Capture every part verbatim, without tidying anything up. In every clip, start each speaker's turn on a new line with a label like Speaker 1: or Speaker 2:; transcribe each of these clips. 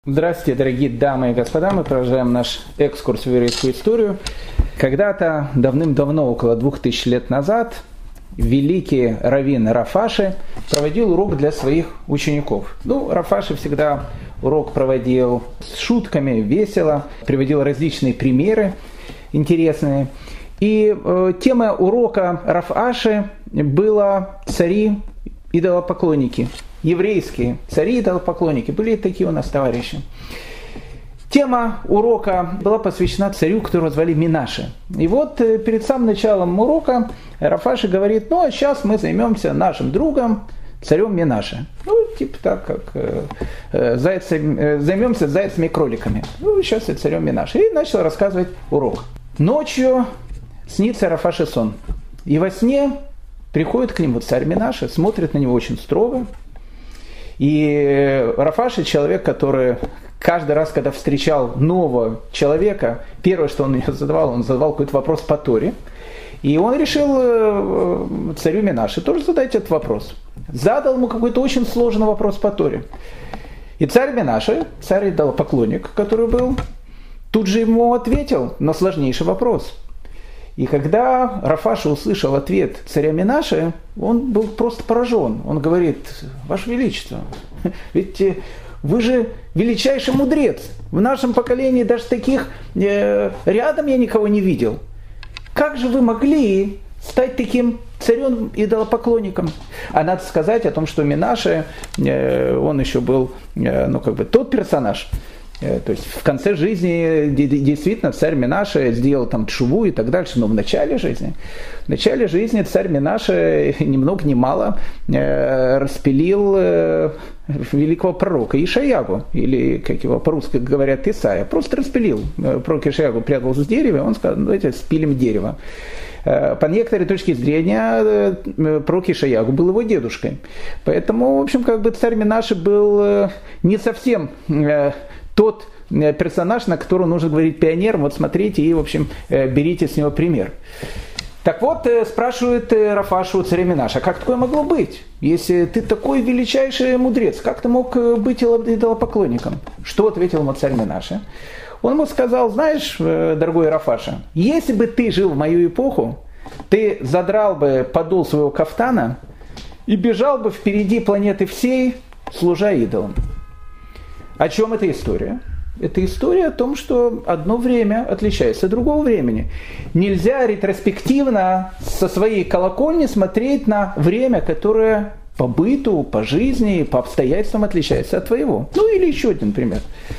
Speaker 1: Здравствуйте, дорогие дамы и господа, мы продолжаем наш экскурс в еврейскую историю. Когда-то, давным-давно, около двух тысяч лет назад, великий раввин Рав Аши проводил урок для своих учеников. Ну, Рав Аши всегда урок проводил с шутками, весело, приводил различные примеры интересные. И э, тема урока Рав Аши была цари-идолопоклонники. Еврейские цари-идолопоклонники. Были такие у нас товарищи. Тема урока была посвящена царю, которого звали Менаше. И вот перед самым началом урока Рав Аши говорит: ну а сейчас мы займемся нашим другом, царем Менаше. Ну, типа так, как э, зайцы, э, займемся зайцами и кроликами. Ну, сейчас и царем Менаше. И начал рассказывать урок. Ночью снится Рав Аши сон. И во сне приходит к нему царь Менаше, смотрит на него очень строго. И Рав Аши человек, который каждый раз, когда встречал нового человека, первое, что он мне задавал, он задавал какой-то вопрос по Торе. И он решил царю Менаше тоже задать этот вопрос. Задал ему какой-то очень сложный вопрос по Торе. И царь Менаше, царь-идолопоклонник, который был, тут же ему ответил на сложнейший вопрос. И когда Рав Аши услышал ответ царя Менаше, он был просто поражен. Он говорит: Ваше Величество, ведь вы же величайший мудрец. В нашем поколении даже таких э, рядом я никого не видел. Как же вы могли стать таким царем-идолопоклонником? А надо сказать о том, что Менаше, э, он еще был э, ну, как бы тот персонаж. То есть в конце жизни действительно царь Менаше сделал там тшуву и так дальше, но в начале жизни, в начале жизни царь Менаше ни много ни мало распилил великого пророка Ишайягу, или, как его по-русски говорят, Исаия, просто распилил. Пророк Ишайягу прятался в дереве, он сказал: давайте спилим дерево. По некоторой точке зрения, пророк Ишайягу был его дедушкой. Поэтому, в общем, как бы царь Менаше был не совсем тот персонаж, на которого нужно говорить пионер. Вот смотрите и, в общем, берите с него пример. Так вот, спрашивает Рав Аши у царя Менаше: а как такое могло быть? Если ты такой величайший мудрец, как ты мог быть идолопоклонником? Что ответил ему царь Менаше? Он ему сказал: знаешь, дорогой Рав Аши, если бы ты жил в мою эпоху, ты задрал бы подол своего кафтана и бежал бы впереди планеты всей, служа идолам. О чем эта история? Это история о том, что одно время отличается от другого времени. Нельзя ретроспективно со своей колокольни смотреть на время, которое по быту, по жизни, по обстоятельствам отличается от твоего. Ну или еще один пример.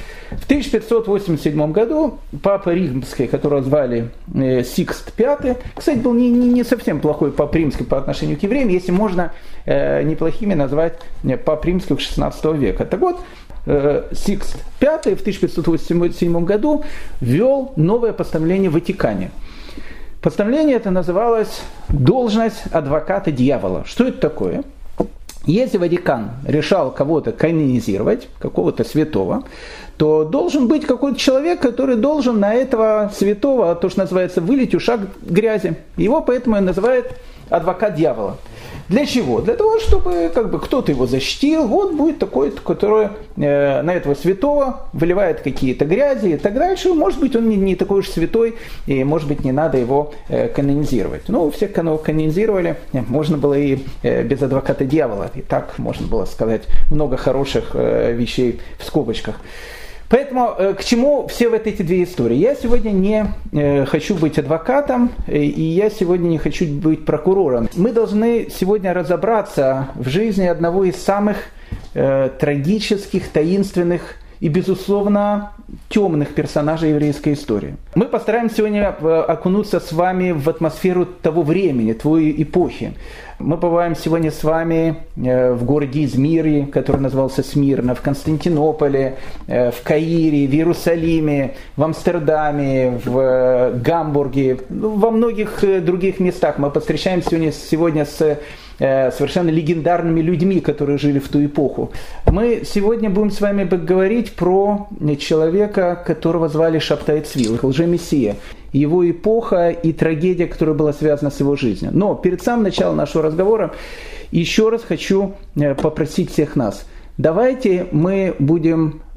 Speaker 1: В тысяча пятьсот восемьдесят седьмом году папа римский, которого звали э, Сикст Пятый, кстати, был не, не, не совсем плохой папа римский по отношению к евреям, если можно э, неплохими назвать э, пап римских шестнадцатого века. Так вот, э, Сикст Пятый в тысяча пятьсот восемьдесят седьмом году ввел новое постановление в Ватикане. Постановление это называлось «Должность адвоката дьявола». Что это такое? Если Ватикан решал кого-то канонизировать, какого-то святого, то должен быть какой-то человек, который должен на этого святого, то, что называется, вылить ушаг грязи. Его поэтому и называют адвокат дьявола. Для чего? Для того, чтобы как бы, кто-то его защитил. Вот будет такой, который э, на этого святого выливает какие-то грязи и так дальше. Может быть, он не, не такой уж святой, и может быть, не надо его э, канонизировать. Ну, всех, кого канонизировали, можно было и э, без адвоката дьявола. И так можно было сказать много хороших э, вещей в скобочках. Поэтому э, к чему все вот эти две истории? Я сегодня не э, хочу быть адвокатом, э, и я сегодня не хочу быть прокурором. Мы должны сегодня разобраться в жизни одного из самых э, трагических, таинственных и, безусловно, темных персонажей еврейской истории. Мы постараемся сегодня окунуться с вами в атмосферу того времени, той эпохи. Мы побываем сегодня с вами в городе Измире, который назывался Смирна, в Константинополе, в Каире, в Иерусалиме, в Амстердаме, в Гамбурге, во многих других местах. Мы повстречаемся сегодня, сегодня с совершенно легендарными людьми, которые жили в ту эпоху. Мы сегодня будем с вами говорить про человека, которого звали Шабтай Цви, лжемессия. Его эпоха и трагедия, которая была связана с его жизнью. Но перед самым началом нашего разговора еще раз хочу попросить всех нас. Давайте мы будем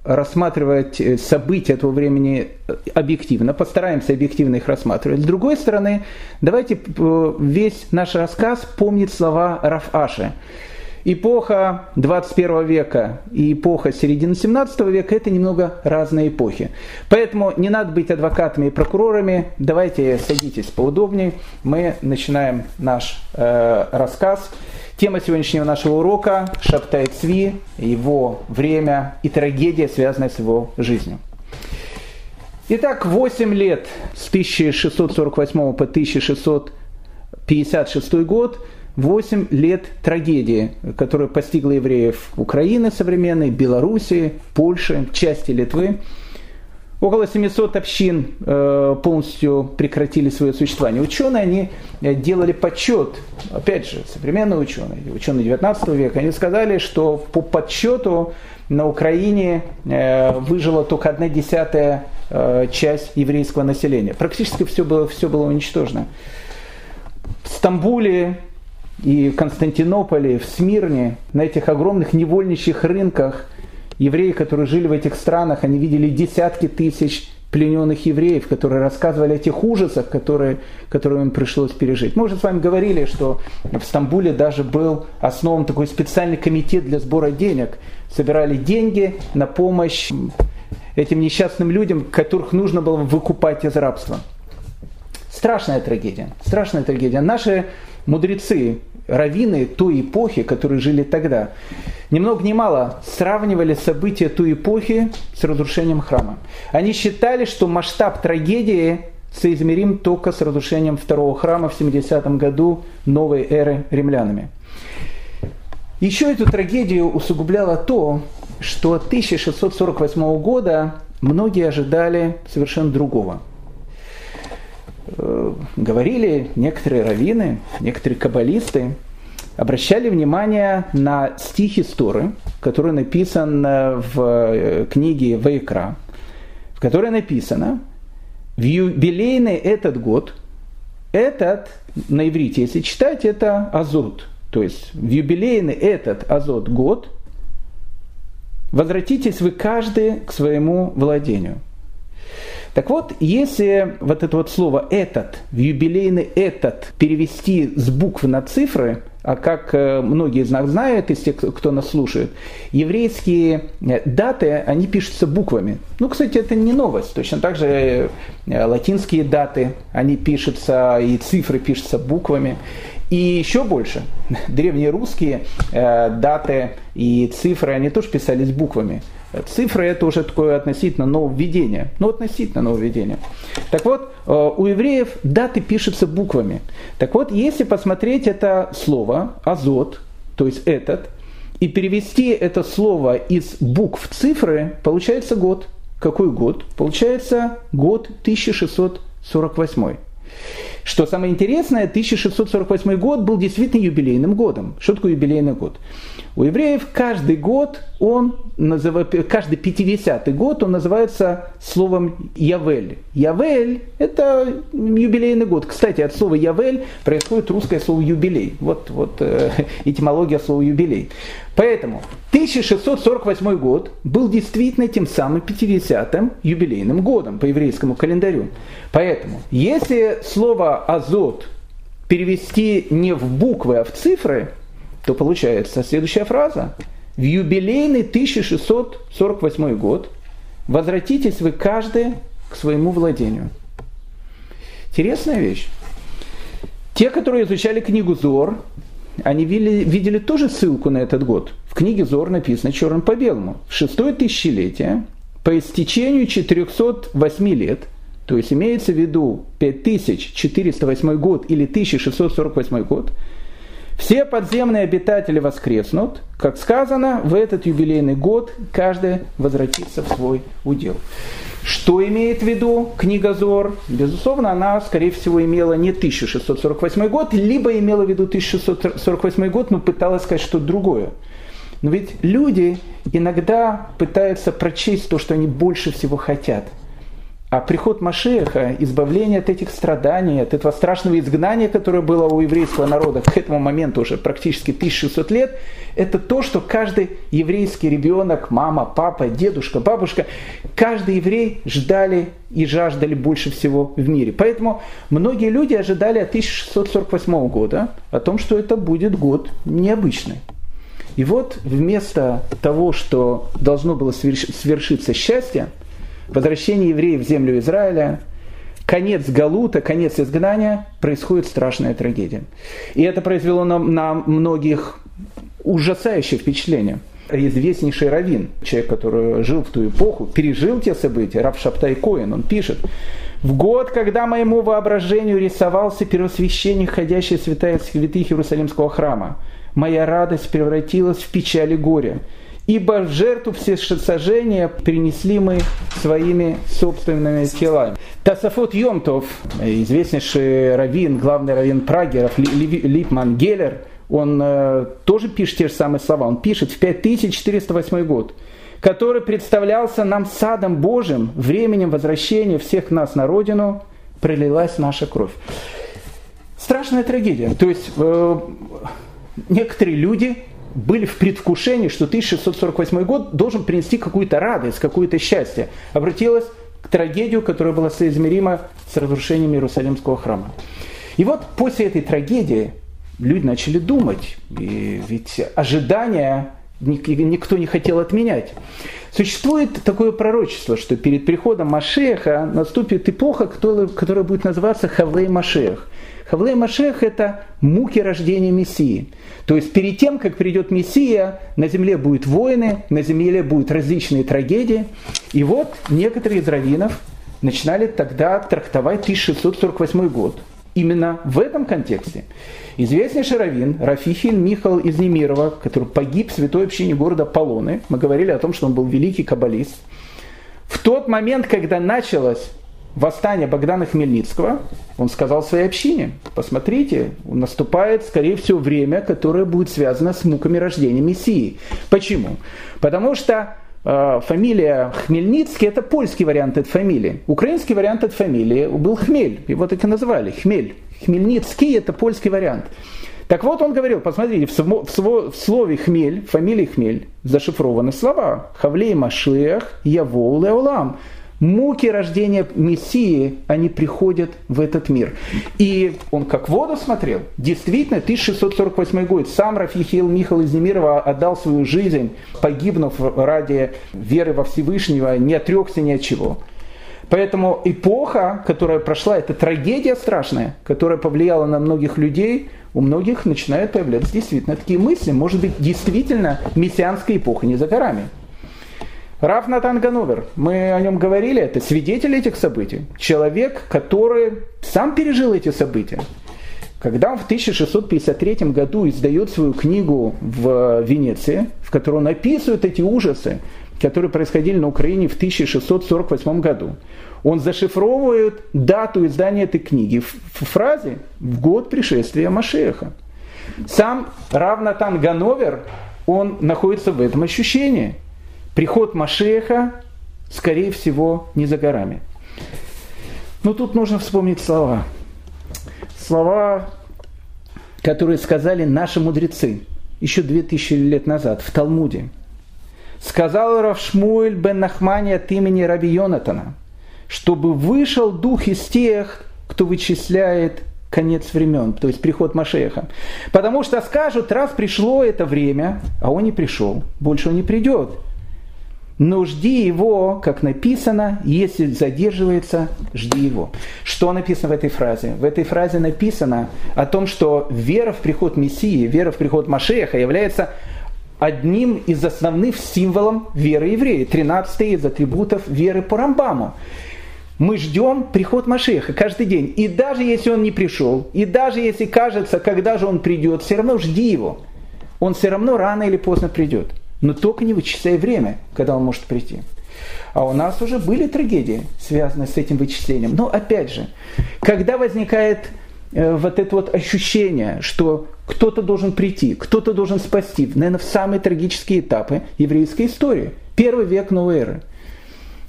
Speaker 1: рассматривать события этого времени объективно, постараемся объективно их рассматривать. С другой стороны, давайте весь наш рассказ помнить слова Рав Аши. Эпоха двадцать первого века и эпоха середины семнадцатого века – это немного разные эпохи. Поэтому не надо быть адвокатами и прокурорами. Давайте садитесь поудобнее. Мы начинаем наш э, рассказ. Тема сегодняшнего нашего урока – Шабтай Цви, его время и трагедия, связанная с его жизнью. Итак, восемь лет с тысяча шестьсот сорок восьмого по тысяча шестьсот пятьдесят шестой год – Восемь лет трагедии, которая постигла евреев Украины современной, Белоруссии, Польши, части Литвы. Около семисот общин э, полностью прекратили свое существование. Ученые, они делали подсчет, опять же, современные ученые, ученые девятнадцатого века, они сказали, что по подсчету на Украине э, выжила только одна десятая э, часть еврейского населения. Практически все было, все было уничтожено. В Стамбуле и в Константинополе, в Смирне, на этих огромных невольничьих рынках, евреи, которые жили в этих странах, они видели десятки тысяч плененных евреев, которые рассказывали о тех ужасах, которые, которые им пришлось пережить. Мы уже с вами говорили, что в Стамбуле даже был основан такой специальный комитет для сбора денег. Собирали деньги на помощь этим несчастным людям, которых нужно было выкупать из рабства. Страшная трагедия. Страшная трагедия. Наши мудрецы, раввины той эпохи, которые жили тогда, ни много ни мало сравнивали события той эпохи с разрушением храма. Они считали, что масштаб трагедии соизмерим только с разрушением второго храма в семидесятом году новой эры римлянами. Еще эту трагедию усугубляло то, что от тысяча шестьсот сорок восьмого года многие ожидали совершенно другого. Говорили некоторые раввины, некоторые каббалисты, обращали внимание на стих из Торы, который написан в книге Ваикра, в которой написано: в юбилейный этот год, этот, на иврите, если читать, это азот, то есть в юбилейный этот азот год возвратитесь вы каждый к своему владению. Так вот, если вот это вот слово «этот», в юбилейный «этот» перевести с букв на цифры, а как многие из нас знают, из тех, кто нас слушает, еврейские даты, они пишутся буквами. Ну, кстати, это не новость. Точно так же латинские даты, они пишутся, и цифры пишутся буквами. И еще больше, древнерусские даты и цифры, они тоже писались буквами. Цифры – это уже такое относительно нововведение. Ну, относительно нововведение. Так вот, у евреев даты пишутся буквами. Так вот, если посмотреть это слово «азот», то есть «этот», и перевести это слово из букв в цифры, получается год. Какой год? Получается год тысяча шестьсот сорок восьмой. Что самое интересное, тысяча шестьсот сорок восьмой год был действительно юбилейным годом. Что такое юбилейный год? У евреев каждый год, он называет, каждый пятидесятый год он называется словом Явель. Явель – это юбилейный год. Кстати, от слова Явель происходит русское слово юбилей. Вот, вот э, этимология слова юбилей. Поэтому тысяча шестьсот сорок восьмой год был действительно тем самым пятидесятым юбилейным годом по еврейскому календарю. Поэтому, если слово «азот» перевести не в буквы, а в цифры, то получается следующая фраза. В юбилейный тысяча шестьсот сорок восьмой год возвратитесь вы каждый к своему владению. Интересная вещь. Те, которые изучали книгу Зоар, они видели, видели тоже ссылку на этот год. В книге Зоар написано черным по белому. В шестое тысячелетие, по истечению четырехсот восьми лет, то есть имеется в виду пять тысяч четыреста восьмой год или тысяча шестьсот сорок восьмой год, все подземные обитатели воскреснут, как сказано, в этот юбилейный год каждый возвратится в свой удел. Что имеет в виду книга Зоар? Безусловно, она, скорее всего, имела не тысяча шестьсот сорок восьмой год, либо имела в виду тысяча шестьсот сорок восьмой год, но пыталась сказать что-то другое. Но ведь люди иногда пытаются прочесть то, что они больше всего хотят. А приход Машиаха, избавление от этих страданий, от этого страшного изгнания, которое было у еврейского народа к этому моменту уже практически тысяча шестьсот лет, это то, что каждый еврейский ребенок, мама, папа, дедушка, бабушка, каждый еврей ждали и жаждали больше всего в мире. Поэтому многие люди ожидали от тысяча шестьсот сорок восьмого года о том, что это будет год необычный. И вот вместо того, что должно было свершиться счастье, возвращение евреев в землю Израиля, конец Галута, конец изгнания, происходит страшная трагедия. И это произвело на, на многих ужасающее впечатление. Известнейший раввин, человек, который жил в ту эпоху, пережил те события, Рав Шабтай Коэн, он пишет: «В год, когда моему воображению рисовался первосвященник, ходящий святая святых Иерусалимского храма, моя радость превратилась в печаль и горе. Ибо в жертву всесожжения принесли мы своими собственными телами». Тосафот Йом Тов, известнейший раввин, главный раввин Праги, Липман Геллер, он э, тоже пишет те же самые слова. Он пишет: в пять тысяч четыреста восьмой год, который представлялся нам садом Божьим, временем возвращения всех нас на родину, пролилась наша кровь. Страшная трагедия. То есть э, некоторые люди были в предвкушении, что тысяча шестьсот сорок восьмой год должен принести какую-то радость, какое-то счастье. Обратилась к трагедии, которая была соизмерима с разрушением Иерусалимского храма. И вот после этой трагедии люди начали думать, и ведь ожидания никто не хотел отменять. Существует такое пророчество, что перед приходом Машиаха наступит эпоха, которая будет называться Хавлей Машиах. Хавлей Машиах – это муки рождения Мессии. То есть перед тем, как придет Мессия, на земле будут войны, на земле будут различные трагедии. И вот некоторые из раввинов начинали тогда трактовать тысяча шестьсот сорок восьмой год. Именно в этом контексте известнейший раввин Рав Ихиль Михал из Немирова, который погиб в святой общине города Полоны, мы говорили о том, что он был великий каббалист, в тот момент, когда началось восстание Богдана Хмельницкого, он сказал своей общине: посмотрите, наступает, скорее всего, время, которое будет связано с муками рождения Мессии. Почему? Потому что э, фамилия Хмельницкий – это польский вариант этой фамилии. Украинский вариант этой фамилии был Хмель, его так и называли, Хмель. Хмельницкий – это польский вариант. Так вот, он говорил: посмотрите, в, сво, в, сво, в слове Хмель, в фамилии Хмель зашифрованы слова «Хавлей Машиах, Явоу Леолам». Муки рождения Мессии, они приходят в этот мир. И он как в воду смотрел. Действительно, тысяча шестьсот сорок восьмой год. Сам Рав Ихиль Михал из Немирова отдал свою жизнь, погибнув ради веры во Всевышнего, не отрекся ни от чего. Поэтому эпоха, которая прошла, это трагедия страшная, которая повлияла на многих людей. У многих начинают появляться действительно такие мысли. Может быть, действительно мессианская эпоха не за горами. Рав Натан Гановер, мы о нем говорили, это свидетель этих событий. Человек, который сам пережил эти события. Когда он в тысяча шестьсот пятьдесят третьем году издает свою книгу в Венеции, в которой он описывает эти ужасы, которые происходили на Украине в тысяча шестьсот сорок восьмом году, он зашифровывает дату издания этой книги в фразе «в год пришествия Машиаха». Сам Рав Натан Гановер, он находится в этом ощущении. Приход Машиаха, скорее всего, не за горами. Но тут нужно вспомнить слова. Слова, которые сказали наши мудрецы еще две тысячи лет назад в Талмуде. Сказал Рав Шмуэль бен Нахмани от имени Раби Йонатана, чтобы вышел дух из тех, кто вычисляет конец времен, то есть приход Машиаха. Потому что скажут: раз пришло это время, а он не пришел, больше он не придет. Но жди его, как написано, если задерживается, жди его. Что написано в этой фразе? В этой фразе написано о том, что вера в приход Мессии, вера в приход Машиаха является одним из основных символов веры еврея. тринадцатый из атрибутов веры по Рамбаму. Мы ждем приход Машиаха каждый день. И даже если он не пришел, и даже если кажется, когда же он придет, все равно жди его. Он все равно рано или поздно придет. Но только не вычисляй время, когда он может прийти. А у нас уже были трагедии, связанные с этим вычислением. Но опять же, когда возникает э, вот это вот ощущение, что кто-то должен прийти, кто-то должен спасти, наверное, в самые трагические этапы еврейской истории. Первый век новой эры.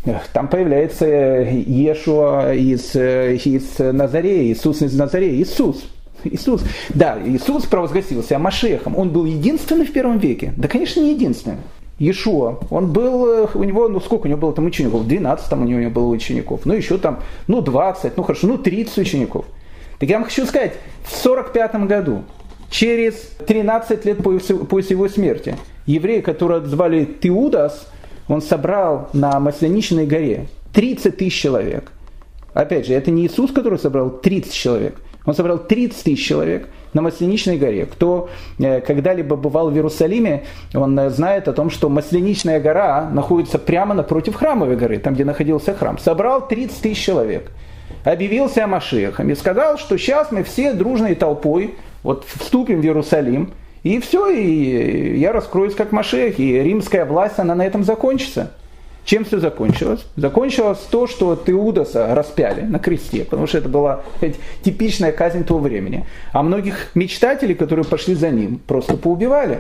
Speaker 1: Там появляется Иешуа из, из Назарея, Иисус из Назарея, Иисус. Иисус. Да, Иисус провозгласился Машехом. Он был единственный в первом веке? Да, конечно, не единственный. Иешуа, он был, у него, ну сколько у него было там учеников? В двенадцатом у него было учеников. Ну еще там, ну двадцать, ну хорошо, ну тридцать учеников. Так я вам хочу сказать, в сорок пятом году, через тринадцать лет после его смерти, еврей, которого звали Теудас, он собрал на Масленичной горе тридцать тысяч человек. Опять же, это не Иисус, который собрал тридцать человек. Он собрал тридцать тысяч человек на Масленичной горе. Кто когда-либо бывал в Иерусалиме, он знает о том, что Масленичная гора находится прямо напротив Храмовой горы, там, где находился храм. Собрал тридцать тысяч человек. Объявился о Машиахе и сказал, что сейчас мы все дружной толпой вот, вступим в Иерусалим, и все, и я раскроюсь как Машиах, и римская власть, она на этом закончится. Чем все закончилось? Закончилось то, что Теудаса распяли на кресте, потому что это была сказать, типичная казнь того времени. А многих мечтателей, которые пошли за ним, просто поубивали.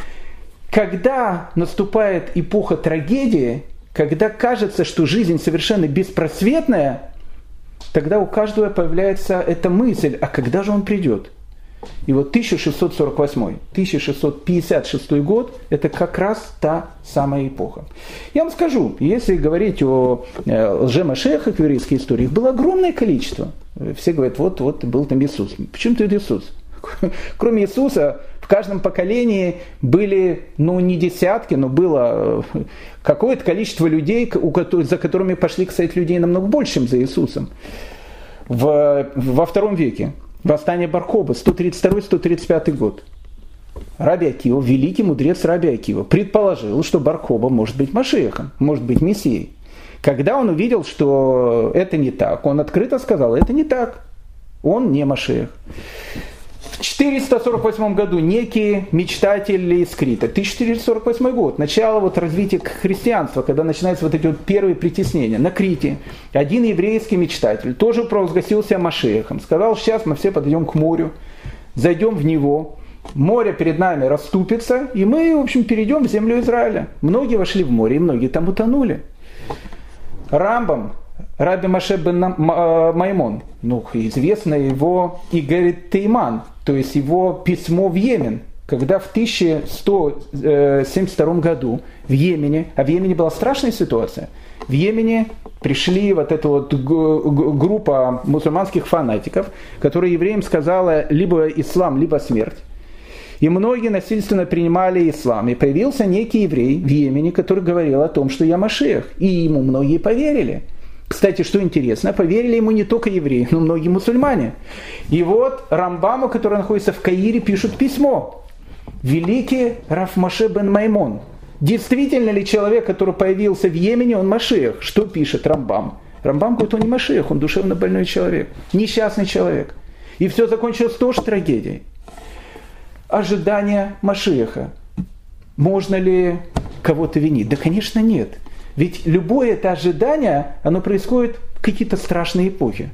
Speaker 1: Когда наступает эпоха трагедии, когда кажется, что жизнь совершенно беспросветная, тогда у каждого появляется эта мысль, а когда же он придет? И вот тысяча шестьсот сорок восьмой - тысяча шестьсот пятьдесят шестой год – это как раз та самая эпоха. Я вам скажу, если говорить о лже-машехах в еврейской истории, их было огромное количество. Все говорят, вот, вот был там Иисус. Почему тут Иисус? Кроме Иисуса, в каждом поколении были, ну, не десятки, но было какое-то количество людей, за которыми пошли, кстати, людей намного больше, чем за Иисусом. В, во втором веке. Восстание Бар-Кохбы, сто тридцать второй - сто тридцать пятый год. Раби Акива, великий мудрец Раби Акива, предположил, что Бар-Кохба может быть Машиахом, может быть Мессией. Когда он увидел, что это не так, он открыто сказал, это не так, он не Машиах. В четыреста сорок восьмом году некий мечтатель из Крита, тысяча четыреста сорок восьмой год, начало вот развития христианства, когда начинаются вот эти вот первые притеснения. На Крите один еврейский мечтатель тоже провозгласился Машиахом, сказал, сейчас мы все подойдем к морю, зайдем в него, море перед нами расступится, и мы, в общем, перейдем в землю Израиля. Многие вошли в море, и многие там утонули. Рамбам, Раби Моше бен Маймон, ну, известно его Игорь Тейман, то есть его письмо в Йемен, когда в тысяча сто семьдесят втором году в Йемене, а в Йемене была страшная ситуация, в Йемене пришли вот эта вот группа мусульманских фанатиков, которая евреям сказала либо ислам, либо смерть. И многие насильственно принимали ислам. И появился некий еврей в Йемене, который говорил о том, что я Машиах. И ему многие поверили. Кстати, что интересно, поверили ему не только евреи, но и многие мусульмане. И вот Рамбаму, который находится в Каире, пишут письмо. Великий Рав Моше бен Маймон. Действительно ли человек, который появился в Йемене, он Машиах? Что пишет Рамбам? Рамбам говорит, он не Машиах, он душевно больной человек. Несчастный человек. И все закончилось тоже трагедией. Ожидание Машиаха. Можно ли кого-то винить? Да, конечно, нет. Ведь любое это ожидание, оно происходит в какие-то страшные эпохи.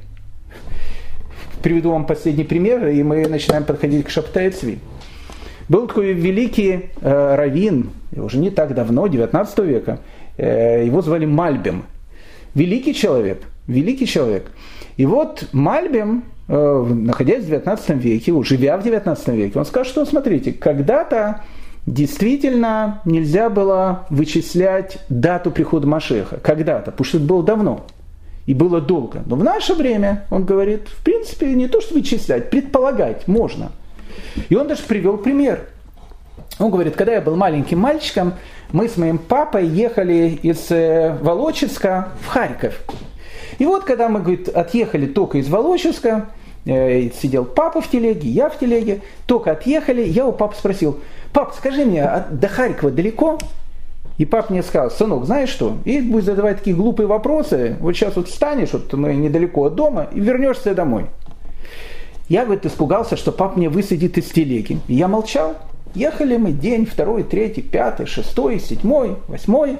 Speaker 1: Приведу вам последний пример, и мы начинаем подходить к Шабтай Цви. Был такой великий э, раввин, уже не так давно, девятнадцатого века, э, его звали Мальбим. Великий человек, великий человек. И вот Мальбим, э, находясь в девятнадцатом веке, живя в девятнадцатом веке, он сказал, что, смотрите, когда-то действительно нельзя было вычислять дату прихода Машиаха. Когда-то, потому что это было давно и было долго. Но в наше время, он говорит, в принципе, не то что вычислять, предполагать можно. И он даже привел пример. Он говорит, когда я был маленьким мальчиком, мы с моим папой ехали из Волочиска в Харьков. И вот когда мы, говорит, отъехали только из Волочиска, э, сидел папа в телеге, я в телеге, только отъехали, я у папы спросил, пап, скажи мне, а до Харькова далеко? И папа мне сказал, сынок, знаешь что, и будешь задавать такие глупые вопросы, вот сейчас вот встанешь, вот мы недалеко от дома, и вернешься домой. Я, говорит, испугался, что папа меня высадит из телеги. И я молчал. Ехали мы день, второй, третий, пятый, шестой, седьмой, восьмой.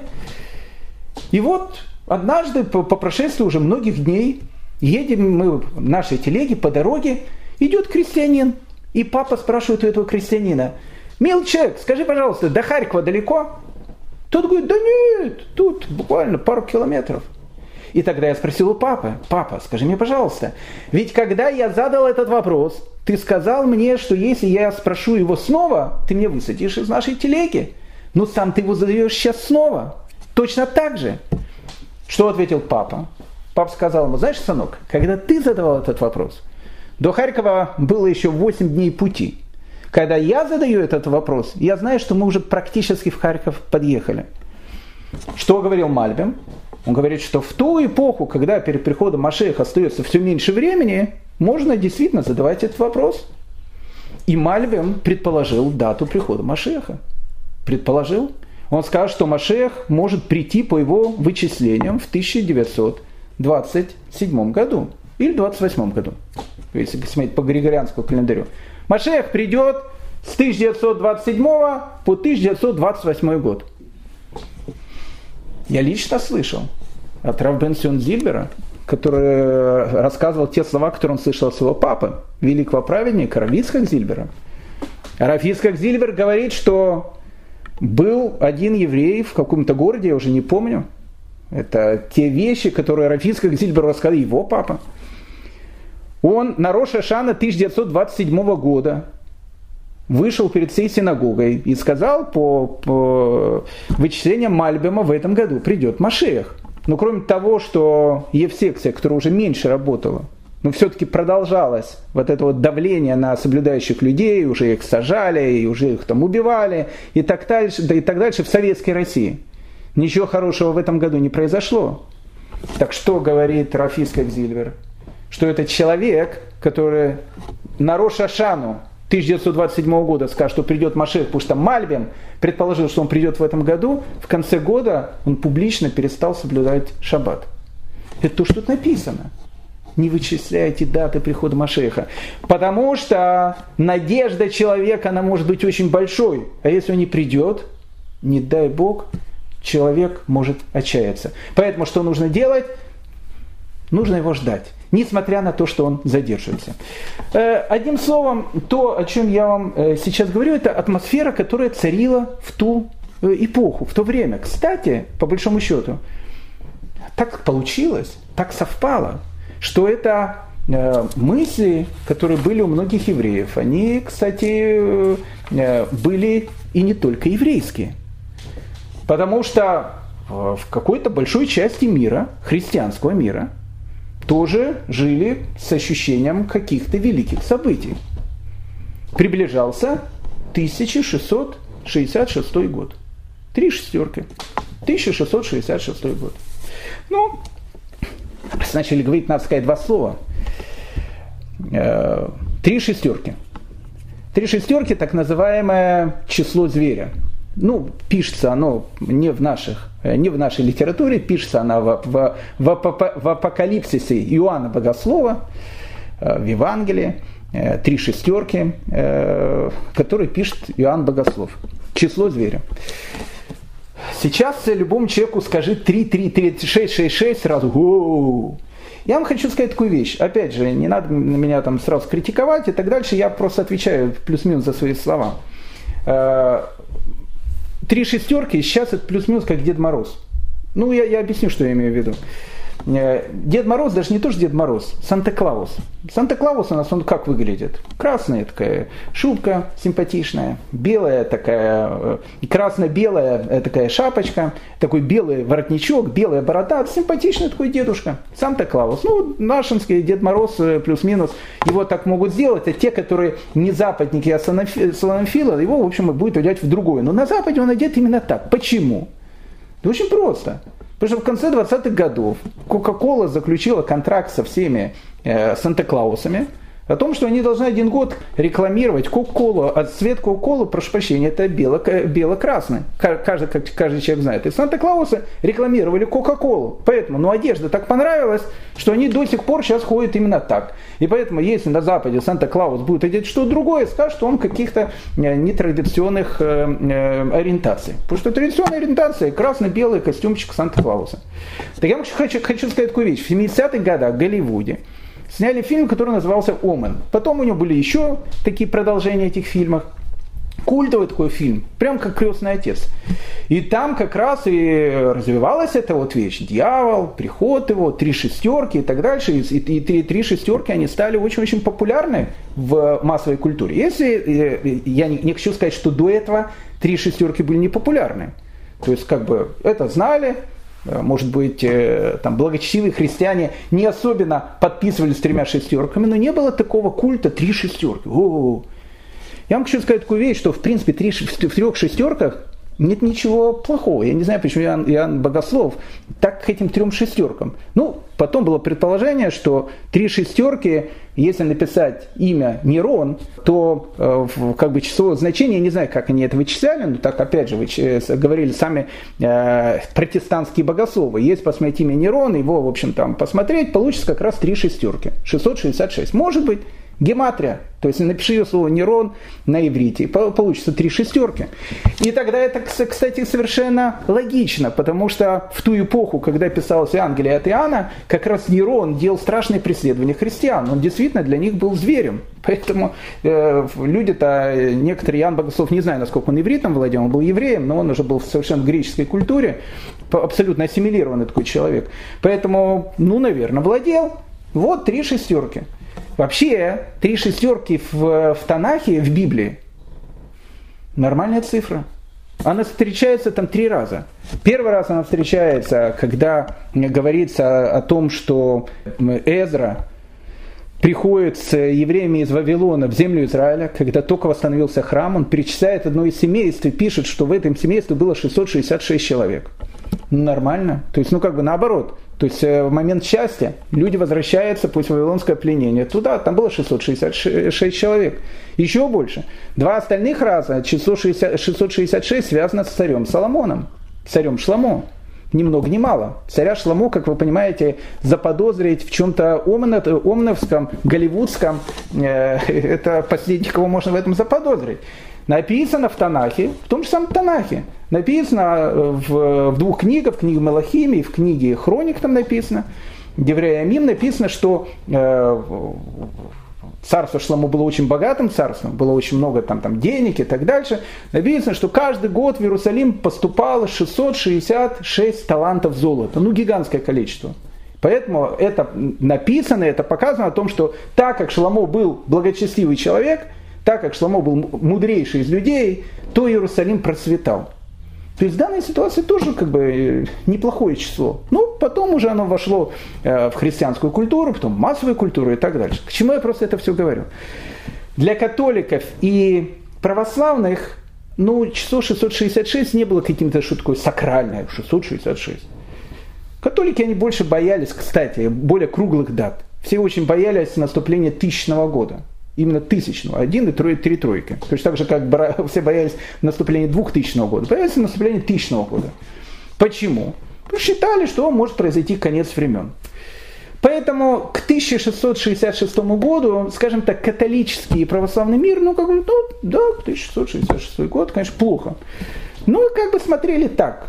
Speaker 1: И вот однажды, по, по прошествии уже многих дней, едем мы в нашей телеге по дороге, идет крестьянин. И папа спрашивает у этого крестьянина, милый человек, скажи, пожалуйста, до Харькова далеко? Тот говорит, да нет, тут буквально пару километров. И тогда я спросил у папы, папа, скажи мне, пожалуйста, ведь когда я задал этот вопрос, ты сказал мне, что если я спрошу его снова, ты мне высадишь из нашей телеги. Но сам ты его задаешь сейчас снова. Точно так же. Что ответил папа? Папа сказал ему, знаешь, сынок, когда ты задавал этот вопрос, до Харькова было еще восемь дней пути. Когда я задаю этот вопрос, я знаю, что мы уже практически в Харьков подъехали. Что говорил Мальбим? Он говорит, что в ту эпоху, когда перед приходом Машиаха остается все меньше времени, можно действительно задавать этот вопрос. И Мальбим предположил дату прихода Машиаха. Предположил. Он сказал, что Машиах может прийти по его вычислениям в тысяча девятьсот двадцать седьмом году. Или двадцать восьмом году, если смотреть по Григорианскому календарю. Машиах придет с тысяча девятьсот двадцать седьмого по тысяча девятьсот двадцать восьмой год. Я лично слышал от Рав бен Цион Зильбера, который рассказывал те слова, которые он слышал от своего папы, великого праведника Рав Ицхак Зильбера. Рав Ицхак Зильбер говорит, что был один еврей в каком-то городе, я уже не помню. Это те вещи, которые Рав Ицхак Зильбер рассказал его папа. Он на Рош ха-Шана тысяча девятьсот двадцать седьмого года вышел перед всей синагогой и сказал по, по вычислениям Мальбима в этом году придет Машиах. Но кроме того, что Евсекция, которая уже меньше работала, но все-таки продолжалось вот это вот давление на соблюдающих людей, уже их сажали, и уже их там убивали, и так дальше, да и так дальше в советской России. Ничего хорошего в этом году не произошло. Так что говорит Рав Ицхак Зильбер? Что это человек, который на Рош ха-Шану тысяча девятьсот двадцать седьмого года скажет, что придет Машиах, потому что Мальбим предположил, что он придет в этом году, в конце года он публично перестал соблюдать шаббат. Это то, что тут написано. Не вычисляйте даты прихода Машиаха. Потому что надежда человека, она может быть очень большой. А если он не придет, не дай Бог, человек может отчаяться. Поэтому что нужно делать? Нужно его ждать, несмотря на то, что он задерживается. Одним словом, то, о чем я вам сейчас говорю, это атмосфера, которая царила в ту эпоху, в то время. Кстати, по большому счету, так получилось, так совпало, что это мысли, которые были у многих евреев, они, кстати, были и не только еврейские. Потому что в какой-то большой части мира, христианского мира, тоже жили с ощущением каких-то великих событий. Приближался тысяча шестьсот шестьдесят шестой год. Три шестерки. тысяча шестьсот шестьдесят шестой год. Ну, сначала говорить, надо сказать два слова. Три шестерки. Три шестерки, так называемое число зверя. Ну, пишется оно не в, наших, не в нашей литературе, пишется оно в, в, в, в апокалипсисе Иоанна Богослова, в Евангелии, три шестерки, которые пишет Иоанн Богослов. Число зверя. Сейчас любому человеку скажи три, три, три, шесть, шесть, шесть, сразу «О-о-о». Я вам хочу сказать такую вещь. Опять же, не надо на меня там сразу критиковать и так дальше, я просто отвечаю плюс-минус за свои слова. Три шестерки, сейчас это плюс-минус как Дед Мороз. Ну, я, я объясню, что я имею в виду. Дед Мороз, даже не то, что Дед Мороз, Санта-Клаус. Санта-Клаус у нас, он как выглядит? Красная такая шубка симпатичная, белая такая, красно-белая такая шапочка, такой белый воротничок, белая борода, симпатичный такой дедушка. Санта-Клаус. Ну, нашинский Дед Мороз плюс-минус, его так могут сделать, а те, которые не западники, а славянофилы, его, в общем, будет одевать в другое. Но на Западе он одет именно так. Почему? Да очень просто. Потому что в конце двадцатых годов Кока-Кола заключила контракт со всеми э, Санта-Клаусами о том, что они должны один год рекламировать Кока-Колу, а цвет Кока-Колы, прошу прощения, это бело- бело-красный. Каждый, каждый человек знает. И Санта-Клаусы рекламировали Кока-Колу. Поэтому, ну, одежда так понравилась, что они до сих пор сейчас ходят именно так. И поэтому, если на Западе Санта-Клаус будет одеть что-то другое, скажут, что он каких-то нетрадиционных э, э, ориентаций. Потому что традиционная ориентация – красно-белый костюмчик Санта-Клауса. Так я хочу, хочу сказать такую вещь. В семидесятых годах в Голливуде сняли фильм, который назывался «Омен». Потом у него были еще такие продолжения этих фильмов. Культовый такой фильм, прям как «Крестный отец». И там как раз и развивалась эта вот вещь. Дьявол, приход его, три шестерки и так дальше. И, и, и три, три шестерки, они стали очень-очень популярны в массовой культуре. Если, я не, не хочу сказать, что до этого три шестерки были не популярны. То есть как бы это знали. Может быть, там, благочестивые христиане не особенно подписывались с тремя шестерками, но не было такого культа три шестерки. О-о-о. Я вам хочу сказать такую вещь, что в принципе три, в трех шестерках нет ничего плохого. Я не знаю, почему Иоанн, Иоанн Богослов так к этим трем шестеркам. Ну, потом было предположение, что три шестерки, если написать имя Нерон, то э, как бы числовое значение, я не знаю, как они это вычисляли, но так опять же вычи, говорили сами э, протестантские богословы. Если посмотреть имя Нерон, его, в общем, там посмотреть, получится как раз три шестерки. шестьсот шестьдесят шесть. Может быть. Гематрия, то есть напиши слово Нерон на иврите, получится три шестерки. И тогда это, кстати, совершенно логично, потому что в ту эпоху, когда писалось Евангелие от Иоанна, как раз Нерон делал страшные преследования христиан. Он действительно для них был зверем. Поэтому э, люди-то, некоторые, Иоанн Богослов, не знаю, насколько он ивритом владел, он был евреем, но он уже был в совершенно греческой культуре, абсолютно ассимилированный такой человек. Поэтому, ну, наверное, владел. Вот три шестерки. Вообще, три шестерки в, в Танахе, в Библии, нормальная цифра. Она встречается там три раза. Первый раз она встречается, когда говорится о том, что Эзра приходит с евреями из Вавилона в землю Израиля, когда только восстановился храм, он перечисляет одно из семейств и пишет, что в этом семействе было шестьсот шестьдесят шесть человек. Ну, нормально. То есть, ну, как бы наоборот. То есть, в момент счастья люди возвращаются после вавилонского пленения туда, там было шестьсот шестьдесят шесть человек. Еще больше. Два остальных раза число шестьсот шестьдесят шесть связано с царем Соломоном, царем Шламо. Ни много ни мало. Царя Шламо, как вы понимаете, заподозрить в чем-то омновском, голливудском, э, это последний, кого можно в этом заподозрить. Написано в Танахе, в том же самом Танахе, написано в, в двух книгах, в книге Малахим и в книге Хроник там написано, Деврей Ямим написано, что э, царство Шламо было очень богатым царством, было очень много там, там денег и так дальше. Написано, что каждый год в Иерусалим поступало шестьсот шестьдесят шесть талантов золота, ну гигантское количество. Поэтому это написано, это показано о том, что так как Шламо был благочестивый человек, так как Шламо был мудрейший из людей, то Иерусалим процветал. То есть в данной ситуации тоже как бы неплохое число. Ну, потом уже оно вошло в христианскую культуру, потом в массовую культуру и так дальше. К чему я просто это все говорю? Для католиков и православных, ну, число шестьсот шестьдесят шесть не было каким-то что такое сакральное, шестьсот шестьдесят шесть. Католики, они больше боялись, кстати, более круглых дат. Все очень боялись наступления тысячного года. Именно тысячного, один и трое, три тройки. Точно так же, как все боялись наступления двухтысячного года. Боялись наступления тысячного года. Почему? Потому что считали, что может произойти конец времен. Поэтому к тысяча шестьсот шестьдесят шестому году, скажем так, католический и православный мир, ну, как бы, ну, да, тысяча шестьсот шестьдесят шестой год, конечно, плохо. Ну, как бы смотрели так,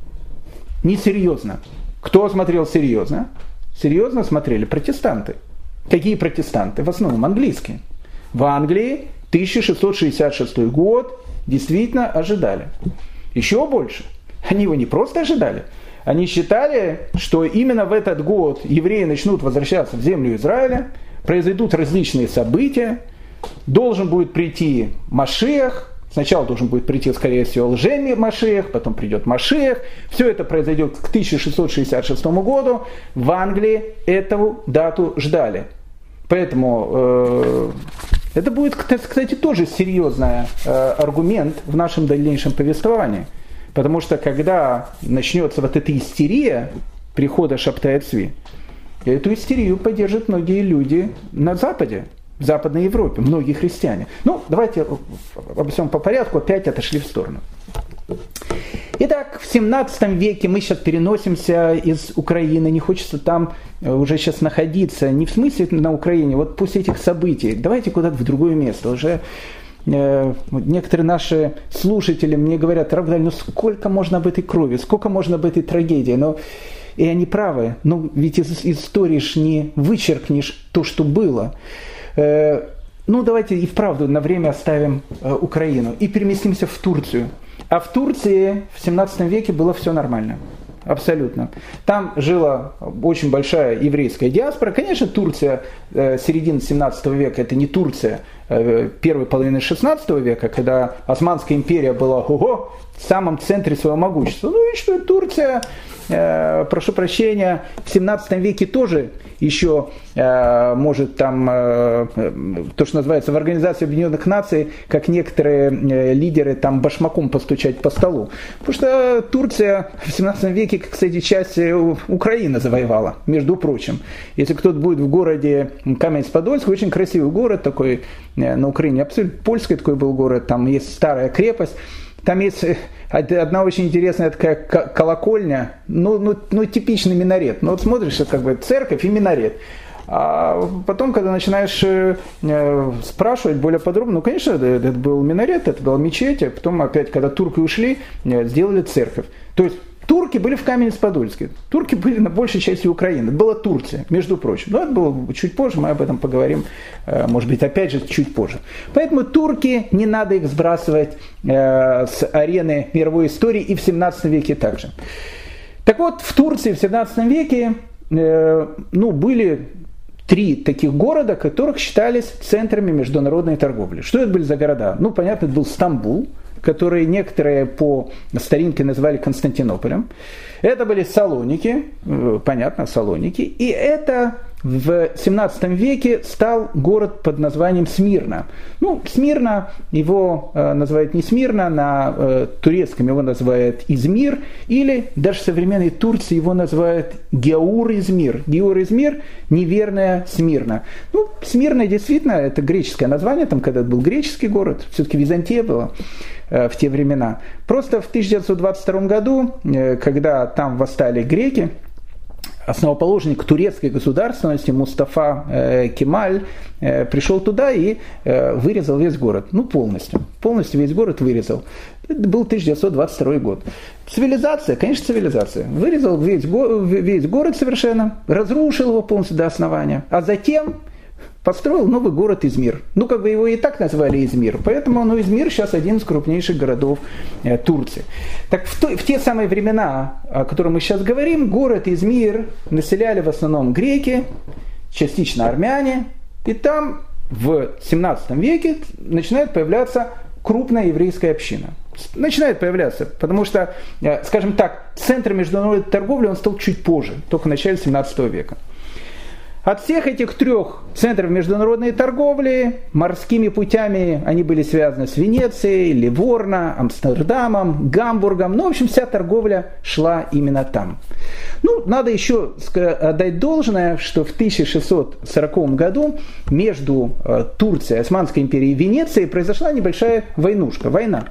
Speaker 1: несерьезно. Кто смотрел серьезно? Серьезно смотрели протестанты. Какие протестанты? В основном английские. В Англии тысяча шестьсот шестьдесят шестой год действительно ожидали. Еще больше. Они его не просто ожидали. Они считали, что именно в этот год евреи начнут возвращаться в землю Израиля, произойдут различные события, должен будет прийти Машиах, сначала должен будет прийти, скорее всего, лже-Машиах, потом придет Машиах. Все это произойдет к тысяча шестьсот шестьдесят шестому году. В Англии эту дату ждали. Поэтому э, это будет, кстати, тоже серьезный э, аргумент в нашем дальнейшем повествовании. Потому что когда начнется вот эта истерия прихода Шабтай Цви, эту истерию поддержат многие люди на Западе, в Западной Европе, многие христиане. Ну, давайте обо всем по порядку, опять отошли в сторону. Итак, в семнадцатом веке мы сейчас переносимся из Украины, не хочется там уже сейчас находиться, не в смысле на Украине, вот после этих событий, давайте куда-то в другое место. Уже э, некоторые наши слушатели мне говорят: Равдаль, ну сколько можно об этой крови, сколько можно об этой трагедии, но и они правы, ну ведь из истории ж не вычеркнешь то, что было. Э, ну давайте и вправду на время оставим э, Украину и переместимся в Турцию. А в Турции в семнадцатом веке было все нормально. Абсолютно. Там жила очень большая еврейская диаспора. Конечно, Турция э, середины семнадцатого века, это не Турция э, первой половины шестнадцатого века, когда Османская империя была ого, в самом центре своего могущества. Ну и что, Турция, э, прошу прощения, в семнадцатом веке тоже еще э, может там, э, то, что называется в Организации Объединенных Наций, как некоторые э, лидеры там башмаком постучать по столу. Потому что Турция в семнадцатом веке, кстати, часть Украины завоевала, между прочим. Если кто-то будет в городе Каменец-Подольск, очень красивый город такой э, на Украине, абсолютно польский такой был город, там есть старая крепость. Там есть одна очень интересная такая колокольня, ну, ну, ну типичный минарет. Ну вот смотришь, это как бы церковь и минарет. А потом, когда начинаешь э, спрашивать более подробно, ну, конечно, это, это был минарет, это была мечеть, а потом опять, когда турки ушли, э, сделали церковь. То есть турки были в Каменец-Подольске, турки были на большей части Украины, это была Турция, между прочим. Но это было чуть позже, мы об этом поговорим, э, может быть, опять же, чуть позже. Поэтому турки, не надо их сбрасывать э, с арены мировой истории и в семнадцатом веке также. Так вот, в Турции в семнадцатом веке э, ну, были три таких города, которых считались центрами международной торговли. Что это были за города? Ну, понятно, это был Стамбул, которые некоторые по старинке называли Константинополем. Это были Салоники, понятно, Салоники. И это в семнадцатом веке стал город под названием Смирна. Ну, Смирна, его э, называют не Смирна, на э, турецком его называют Измир, или даже в современной Турции его называют Геур-Измир. Геур-Измир – неверная Смирна. Ну, Смирна действительно, это греческое название, там когда-то был греческий город, все-таки Византия была э, в те времена. Просто в тысяча девятьсот двадцать втором году, э, когда там восстали греки, основоположник турецкой государственности Мустафа э, Кемаль э, пришел туда и э, вырезал весь город. Ну, полностью. Полностью весь город вырезал. Это был тысяча девятьсот двадцать второй год. Цивилизация, конечно, цивилизация. Вырезал весь, го- весь город совершенно, разрушил его полностью до основания. А затем построил новый город Измир. Ну, как бы его и так назвали Измир. Поэтому ну, Измир сейчас один из крупнейших городов э, Турции. Так в, то, в те самые времена, о которых мы сейчас говорим, город Измир населяли в основном греки, частично армяне. И там в семнадцатом веке начинает появляться крупная еврейская община. Начинает появляться, потому что, э, скажем так, центр международной торговли он стал чуть позже, только в начале семнадцатого века. От всех этих трех центров международной торговли морскими путями они были связаны с Венецией, Ливорно, Амстердамом, Гамбургом. Ну, в общем, вся торговля шла именно там. Ну, надо еще отдать должное, что в тысяча шестьсот сороковом году между Турцией, Османской империей и Венецией произошла небольшая войнушка, война.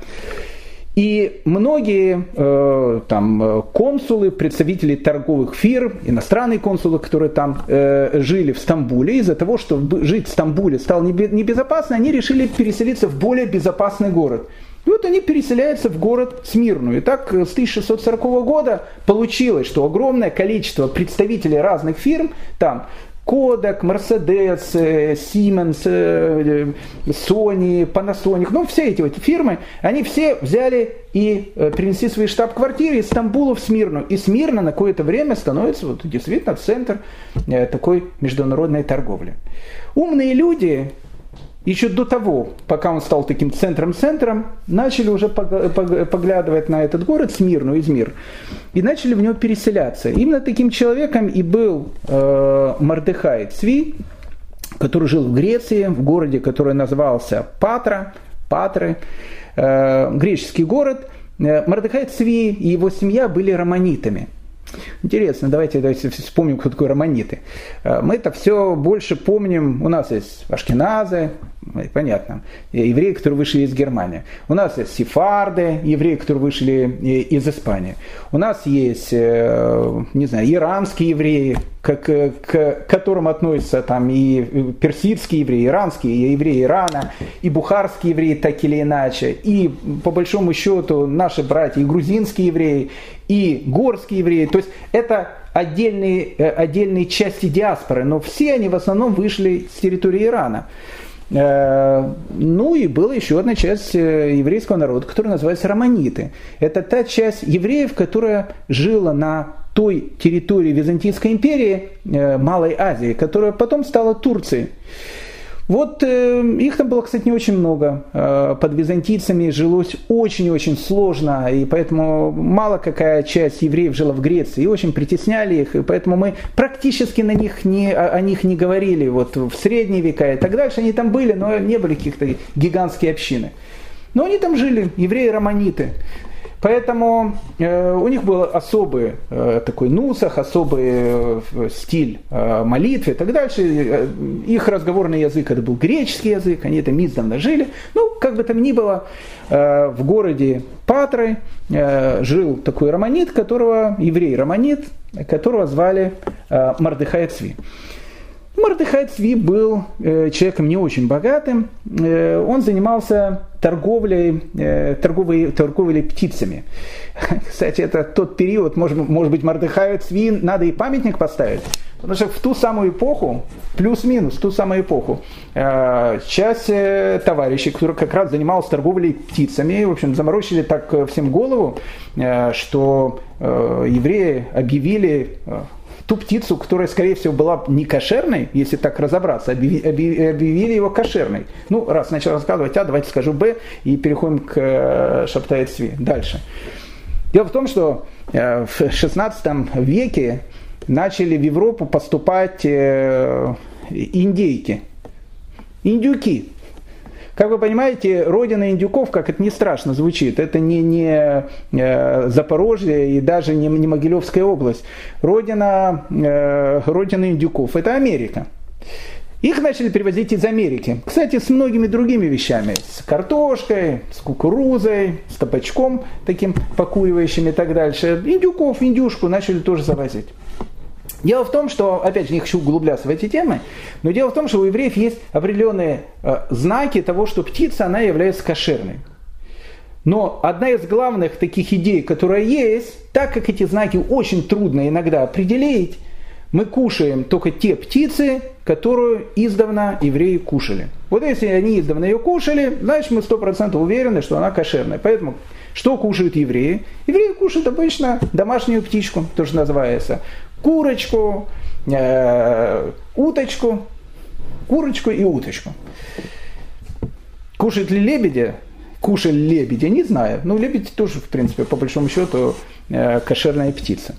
Speaker 1: И многие э, там, консулы, представители торговых фирм, иностранные консулы, которые там э, жили в Стамбуле, из-за того, что жить в Стамбуле стало небезопасно, они решили переселиться в более безопасный город. И вот они переселяются в город Смирну. И так с тысяча шестьсот сорокового года получилось, что огромное количество представителей разных фирм там, Kodak, Mercedes, Siemens, Sony, Panasonic, ну все эти вот фирмы, они все взяли и перенесли свои штаб-квартиры из Стамбула в Смирну. И Смирна на какое-то время становится вот, действительно центр такой международной торговли. Умные люди еще до того, пока он стал таким центром-центром, начали уже поглядывать на этот город Смирну, Измир, и начали в него переселяться. Именно таким человеком и был э, Мордехай Цви, который жил в Греции, в городе, который назывался Патра, Патры, э, греческий город. Мордехай Цви и его семья были романитами. Интересно, давайте, давайте вспомним, кто такой романиты. Мы это все больше помним, у нас есть ашкеназы, понятно, евреи, которые вышли из Германии. У нас есть сефарды, евреи, которые вышли из Испании. У нас есть, не знаю, иранские евреи, к, к, к которым относятся там и персидские евреи, иранские, и евреи Ирана, и бухарские евреи, так или иначе, и по большому счету наши братья, и грузинские евреи, и горские евреи. То есть это отдельные, отдельные части диаспоры, но все они в основном вышли с территории Ирана. Ну и была еще одна часть еврейского народа, которая называется романиты. Это та часть евреев, которая жила на той территории Византийской империи, Малой Азии, которая потом стала Турцией. Вот э, их там было, кстати, не очень много. Э, под византийцами жилось очень-очень сложно, и поэтому мало какая часть евреев жила в Греции, и очень притесняли их, и поэтому мы практически на них не, о, о них не говорили вот в средние века и так дальше. Они там были, но не были каких-то гигантские общины. Но они там жили, евреи-романиты. Поэтому э, у них был особый э, такой нусах, особый э, стиль э, молитвы и так дальше. Их разговорный язык это был греческий язык, они там издавна жили. Ну, как бы там ни было, э, в городе Патры э, жил такой романит, которого, еврей-романит, которого звали э, Мордехай Цви. Мордехай Цви был э, человеком не очень богатым, э, он занимался торговлей, э, торговой, торговлей птицами. Кстати, это тот период, может, может быть, Мордехаю Цви надо и памятник поставить, потому что в ту самую эпоху, плюс-минус, в ту самую эпоху, э, часть э, товарищей, которые как раз занимался торговлей птицами, в общем, заморочили так всем голову, э, что э, евреи объявили э, ту птицу, которая, скорее всего, была не кошерной, если так разобраться, объявили его кошерной. Ну, раз начал рассказывать А, давайте скажу Б, и переходим к Шабтай Цви. Дальше. Дело в том, что в шестнадцатом веке начали в Европу поступать индейки, индюки. Как вы понимаете, родина индюков, как это не страшно звучит, это не, не э, Запорожье и даже не, не Могилевская область. Родина, э, родина индюков – это Америка. Их начали привозить из Америки. Кстати, с многими другими вещами. С картошкой, с кукурузой, с табачком таким покуривающим и так дальше. Индюков, индюшку начали тоже завозить. Дело в том, что, опять же, не хочу углубляться в эти темы, но дело в том, что у евреев есть определенные э, знаки того, что птица, она является кошерной. Но одна из главных таких идей, которая есть, так как эти знаки очень трудно иногда определить, мы кушаем только те птицы, которую издавна евреи кушали. Вот если они издавна ее кушали, значит мы сто процентов уверены, что она кошерная. Поэтому что кушают евреи? Евреи кушают обычно домашнюю птичку, тоже называется. Курочку, э, уточку, курочку и уточку. Кушают ли лебедя? Кушали лебедя, не знаю. Но лебедь тоже, в принципе, по большому счету, э, кошерная птица.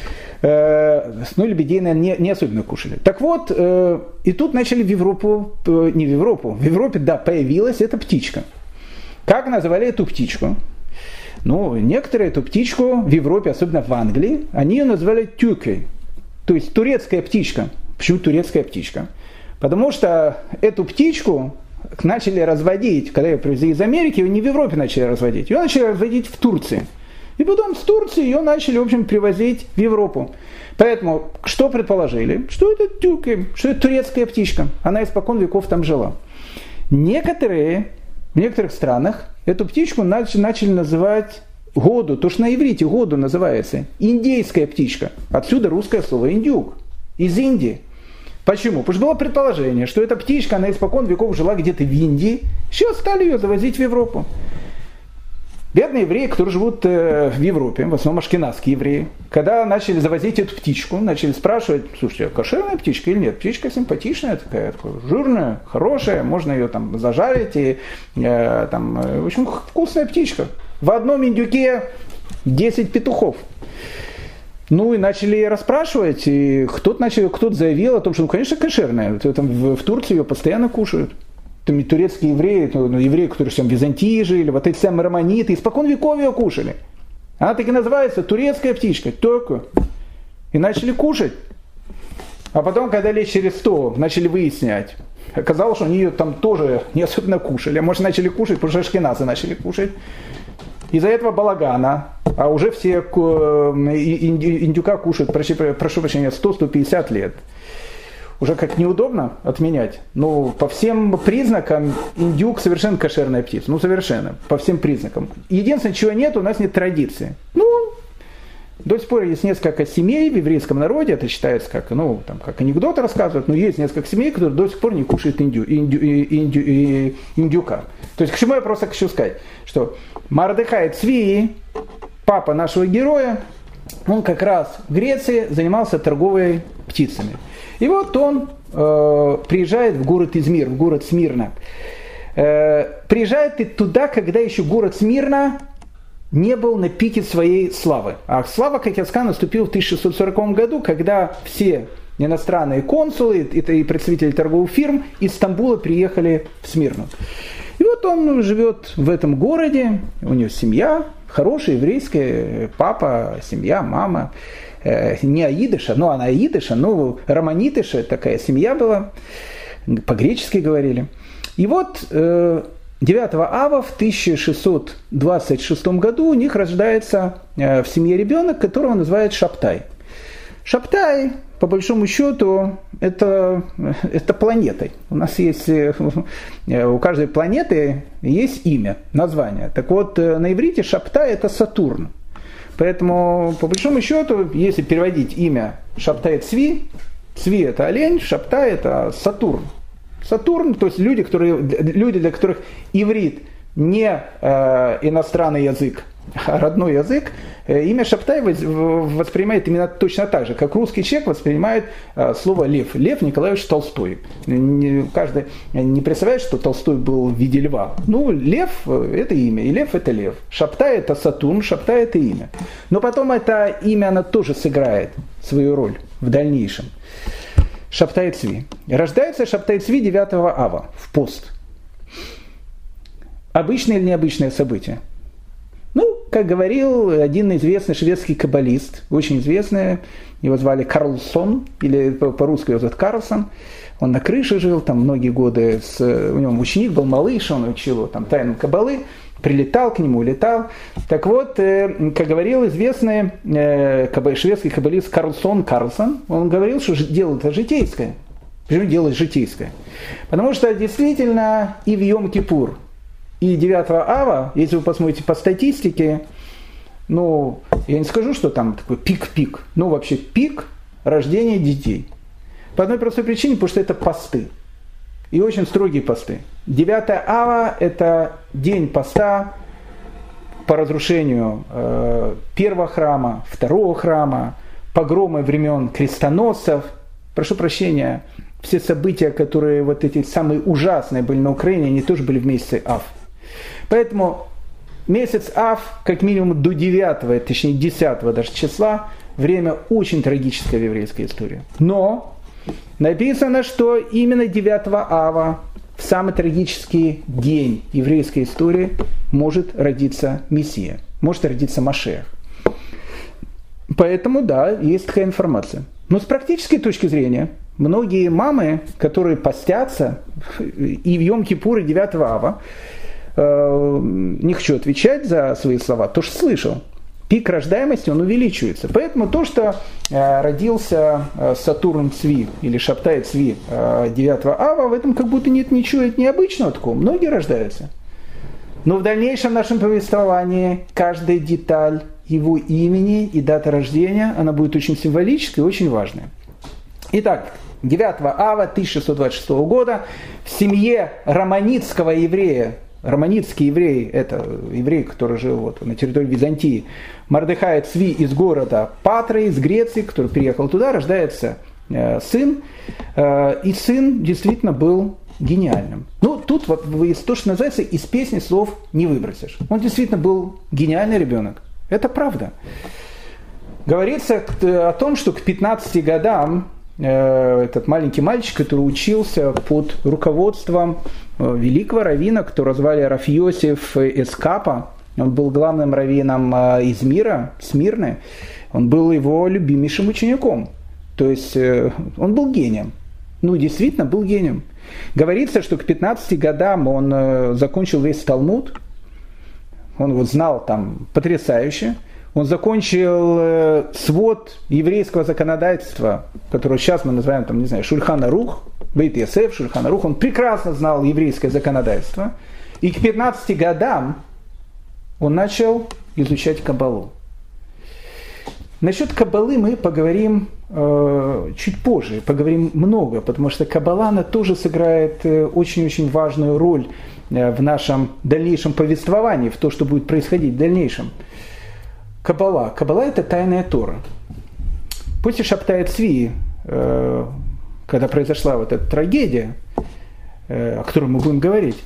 Speaker 1: Э, ну, лебедей, наверное, не, не особенно кушали. Так вот, э, и тут начали в Европу, э, не в Европу, в Европе, да, появилась эта птичка. Как называли эту птичку? Ну, некоторые эту птичку в Европе, особенно в Англии, они ее назвали тюкой, то есть турецкая птичка. Почему турецкая птичка? Потому что эту птичку начали разводить, когда ее привезли из Америки, ее не в Европе начали разводить, ее начали разводить в Турции. И потом с Турции ее начали, в общем, привозить в Европу. Поэтому, что предположили? Что это тюки, что это турецкая птичка. Она испокон веков там жила. Некоторые, в некоторых странах эту птичку начали называть году, то что на иврите году называется, индейская птичка. Отсюда русское слово индюк, из Индии. Почему? Потому что было предположение, что эта птичка, она испокон веков жила где-то в Индии, сейчас стали ее завозить в Европу. Бедные евреи, которые живут в Европе, в основном ашкеназские евреи, когда начали завозить эту птичку, начали спрашивать, слушайте, а кошерная птичка или нет? Птичка симпатичная такая, такая жирная, хорошая, можно ее там зажарить, и э, там, в общем, вкусная птичка. В одном индюке десять петухов. Ну и начали расспрашивать, и кто-то, начал, кто-то заявил о том, что, ну, конечно, кошерная. Там в, в Турции ее постоянно кушают. Там турецкие евреи, ну, евреи, которые там в Византии жили, вот эти самые романиты, испокон веков ее кушали. Она так и называется, турецкая птичка, только. И начали кушать. А потом, когда лет через сто начали выяснять, оказалось, что они ее там тоже не особенно кушали. А может, начали кушать, потому что ашкеназы начали кушать. Из-за этого балагана, а уже все индюка кушают, прошу, прошу прощения, сто - сто пятьдесят лет. Уже как неудобно отменять, но по всем признакам индюк совершенно кошерная птица. Ну, совершенно, по всем признакам. Единственное, чего нет, у нас нет традиции. Ну, До сих пор есть несколько семей в еврейском народе, это считается как, ну, там, как анекдоты рассказывают, но есть несколько семей, которые до сих пор не кушают индю, индю, индю, индюка. То есть к чему я просто хочу сказать, что Мордехай Цви, папа нашего героя, он как раз в Греции занимался торговлей птицами. И вот он э, приезжает в город Измир, в город Смирна. Э, приезжает и туда, когда еще город Смирна не был на пике своей славы. А слава, как я сказал, наступила в тысяча шестьсот сороковом году, когда все иностранные консулы и представители торговых фирм из Стамбула приехали в Смирну. И вот он живет в этом городе, у него семья, хорошая еврейская, папа, семья, мама. Не аидыша, но она аидыша, но романитыша, такая семья была, по-гречески говорили. И вот девятого ава в тысяча шестьсот двадцать шестом году у них рождается в семье ребенок, которого называют Шабтай. Шабтай, по большому счету, это, это планетой. У нас есть, у каждой планеты есть имя, название. Так вот, на иврите Шабтай это Сатурн. Поэтому, по большому счету, если переводить имя Шабтай Цви, Цви это олень, Шабтай это Сатурн. Сатурн, то есть люди, которые, люди для которых иврит не э, иностранный язык, а родной язык, э, имя Шабтай воспринимает именно точно так же, как русский человек воспринимает э, слово Лев. Лев Николаевич Толстой. Не, каждый не представляет, что Толстой был в виде льва. Ну, Лев это имя, и Лев это Лев. Шабтай это Сатурн, Шабтай это имя. Но потом это имя, оно тоже сыграет свою роль в дальнейшем. Шабтай Цви. Рождается Шабтай Цви девятого ава в пост. Обычное или необычное событие? Ну, как говорил один известный шведский каббалист, очень известный, его звали Карлсон, или по-русски его зовут Карлсон. Он на крыше жил, там многие годы, с, у него ученик был малыш, он учил его там тайнам каббалы, прилетал к нему, улетал. Так вот, как говорил известный шведский каббалист Карлсон Карлсон, он говорил, что дело это житейское. Почему дело житейское? Потому что действительно и в Йом-Кипур, и девятого ава, если вы посмотрите по статистике, ну, я не скажу, что там такой пик-пик, но вообще пик рождения детей. По одной простой причине, потому что это посты. И очень строгие посты. девятого ава – это день поста по разрушению э, первого храма, второго храма, погромы времен крестоносцев. Прошу прощения, все события, которые вот эти самые ужасные были на Украине, они тоже были в месяце ав. Поэтому месяц ав, как минимум до девятого, точнее десятого даже числа, время очень трагическое в еврейской истории. Но написано, что именно девятого ава, в самый трагический день еврейской истории, может родиться Мессия, может родиться Машиах. Поэтому, да, есть такая информация. Но с практической точки зрения, многие мамы, которые постятся и в Йом-Кипур, и девятого ава, э, не хочу отвечать за свои слова, тоже слышал. Пик рождаемости, он увеличивается. Поэтому то, что э, родился э, Сатурн Цви или Шабтай Цви э, девятого ава, в этом как будто нет ничего необычного такого. Многие рождаются. Но в дальнейшем нашем повествовании каждая деталь его имени и дата рождения, она будет очень символической и очень важной. Итак, девятого ава тысяча шестьсот двадцать шестого года в семье романитского еврея, романитский еврей, это еврей, который жил вот на территории Византии, Мордехай Цви из города Патры, из Греции, который приехал туда, рождается э, сын, э, и сын действительно был гениальным. Ну, тут вот то, что называется, из песни слов не выбросишь. Он действительно был гениальный ребенок. Это правда. Говорится о том, что к пятнадцати годам э, этот маленький мальчик, который учился под руководством э, великого раввина, которого звали Раф Йосеф Эскапа, он был главным раввином э, Измира, Смирны, он был его любимейшим учеником. То есть э, он был гением. Ну, действительно, был гением. Говорится, что к пятнадцати годам он э, закончил весь Талмуд. Он вот знал там потрясающе. Он закончил э, свод еврейского законодательства, которое сейчас мы называем, там, не знаю, Шульхан Арух, Бейт Йосеф, Шульхан Арух. Он прекрасно знал еврейское законодательство. И к пятнадцати годам он начал изучать Каббалу. Насчет Каббалы мы поговорим э, чуть позже, поговорим много, потому что Каббала, она тоже сыграет э, очень-очень важную роль э, в нашем дальнейшем повествовании, в то, что будет происходить в дальнейшем. Каббала. Каббала – это тайная Тора. После Шабтай Цви, э, когда произошла вот эта трагедия, э, о которой мы будем говорить,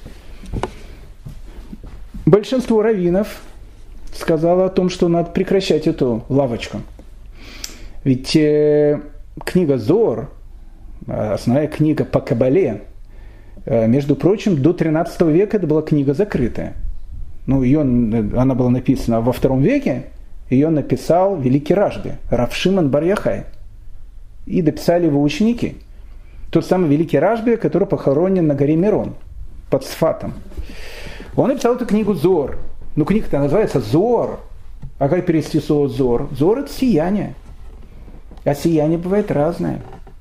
Speaker 1: большинство раввинов сказала о том, что надо прекращать эту лавочку. Ведь э, книга Зоар, основная книга по Кабале, э, между прочим, до тринадцатого века это была книга закрытая. Ну, ее, она была написана во втором веке, ее написал великий Рашби, Рав Шимон бар Йохай. И дописали его ученики. Тот самый великий Рашби, который похоронен на горе Мирон, под Сфатом. Он написал эту книгу Зоар. Ну, книга-то называется Зоар. А как перевести слово Зоар? Зоар – это сияние. А сияние бывает разное.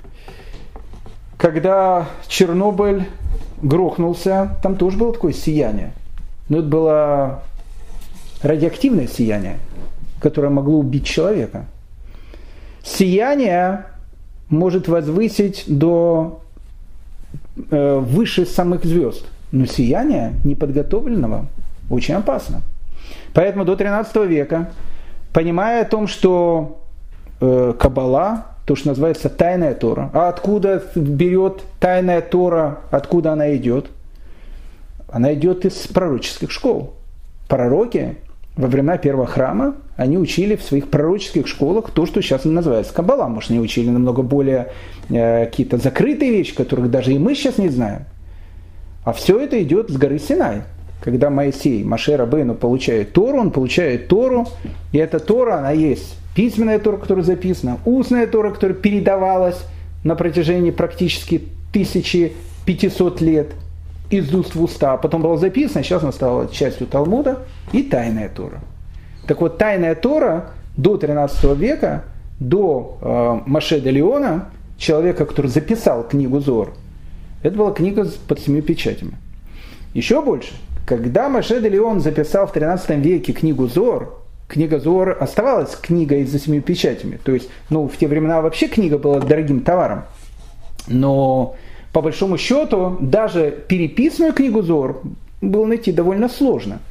Speaker 1: Когда Чернобыль грохнулся, там тоже было такое сияние. Но это было радиоактивное сияние, которое могло убить человека. Сияние может возвысить до э, выше самых звезд. Но сияние неподготовленного очень опасно. Поэтому до тринадцатого века, понимая о том, что э, Каббала, то, что называется тайная Тора, а откуда берет тайная Тора, откуда она идет? Она идет из пророческих школ. Пророки во времена первого храма, они учили в своих пророческих школах то, что сейчас называется Каббала. Может, они учили намного более э, какие-то закрытые вещи, которых даже и мы сейчас не знаем. А все это идет с горы Синай. Когда Моисей, Моше Рабейну, получает Тору, он получает Тору, и эта Тора, она есть письменная Тора, которая записана, устная Тора, которая передавалась на протяжении практически тысячи пятисот лет из уст в уста, а потом была записана, сейчас она стала частью Талмуда, и тайная Тора. Так вот, тайная Тора до тринадцатого века, до э, Моше де Леона, человека, который записал книгу Зоар, это была книга под семью печатями. Еще больше. Когда Моше де Леон записал в тринадцатом веке книгу Зоар, книга Зоар оставалась книгой за семью печатями. То есть, ну, в те времена вообще книга была дорогим товаром. Но, по большому счету, даже переписанную книгу Зоар было найти довольно сложно.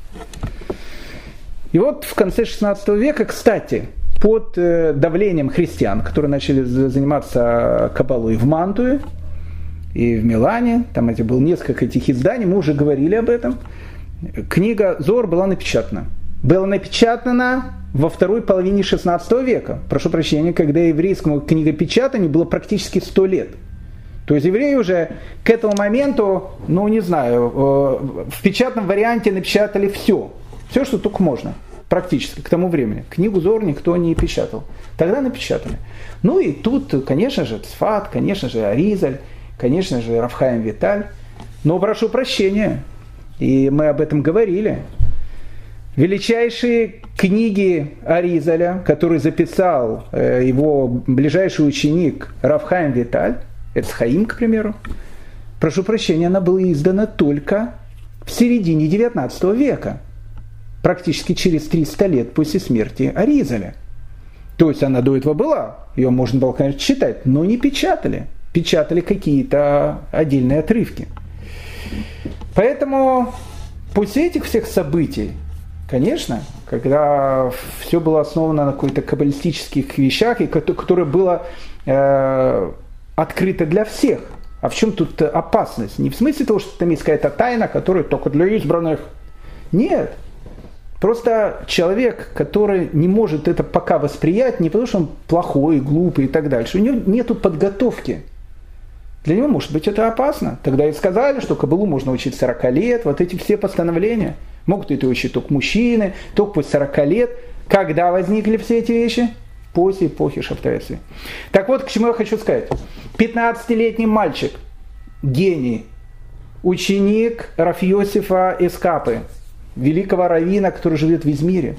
Speaker 1: И вот в конце шестнадцатого века, кстати, под давлением христиан, которые начали заниматься Каббалой в Мантуе и в Милане, там это было несколько этих изданий, мы уже говорили об этом, книга Зоар была напечатана. Была напечатана во второй половине шестнадцатого века. Прошу прощения, когда еврейскому книгопечатанию было практически сто лет. То есть евреи уже к этому моменту, ну не знаю, в печатном варианте напечатали все. Все, что только можно. Практически к тому времени. Книгу Зоар никто не печатал. Тогда напечатали. Ну и тут, конечно же, Цфат, конечно же, Аризаль, конечно же, Рав Хаим Виталь. Но прошу прощения, и мы об этом говорили. Величайшие книги Аризаля, которые записал э, его ближайший ученик Рав Хаим Виталь, это Хаим, к примеру, прошу прощения, она была издана только в середине девятнадцатого века, практически через триста лет после смерти Аризаля. То есть она до этого была, ее можно было, конечно, читать, но не печатали. Печатали какие-то отдельные отрывки. Поэтому после этих всех событий, конечно, когда все было основано на каких-то каббалистических вещах, и которое было э, открыто для всех. А в чем тут опасность? Не в смысле того, что там есть какая-то тайна, которая только для избранных. Нет. Просто человек, который не может это пока восприять, не потому что он плохой, глупый и так дальше, у него нет подготовки. Для него, может быть, это опасно. Тогда и сказали, что Каббалу можно учить сорок лет, вот эти все постановления. Могут это учить только мужчины, только после сорока лет. Когда возникли все эти вещи? После эпохи Шабтай Цви. Так вот, к чему я хочу сказать. пятнадцатилетний мальчик, гений, ученик Рав Йосифа Эскапы, великого раввина, который живет в Измире,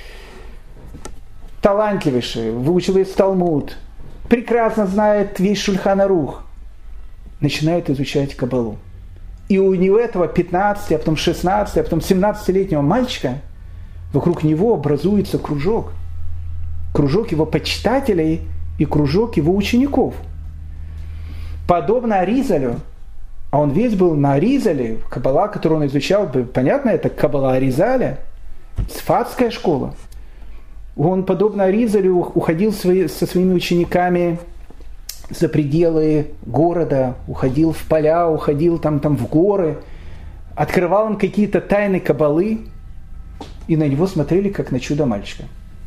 Speaker 1: талантливейший, выучил весь Талмуд, прекрасно знает весь Шульхан Арух, начинает изучать Каббалу. И у него этого пятнадцати, а потом шестнадцати, а потом семнадцатилетнего мальчика вокруг него образуется кружок. кружок его почитателей и кружок его учеников. Подобно Аризалю, а он весь был на Аризале, каббала, которую он изучал, понятно, это каббала Аризаля, сфатская школа. Он, подобно Аризалю, уходил свои, со своими учениками за пределы города, уходил в поля, уходил там, там в горы, открывал им какие-то тайны каббалы, и на него смотрели, как на чудо-мальчика.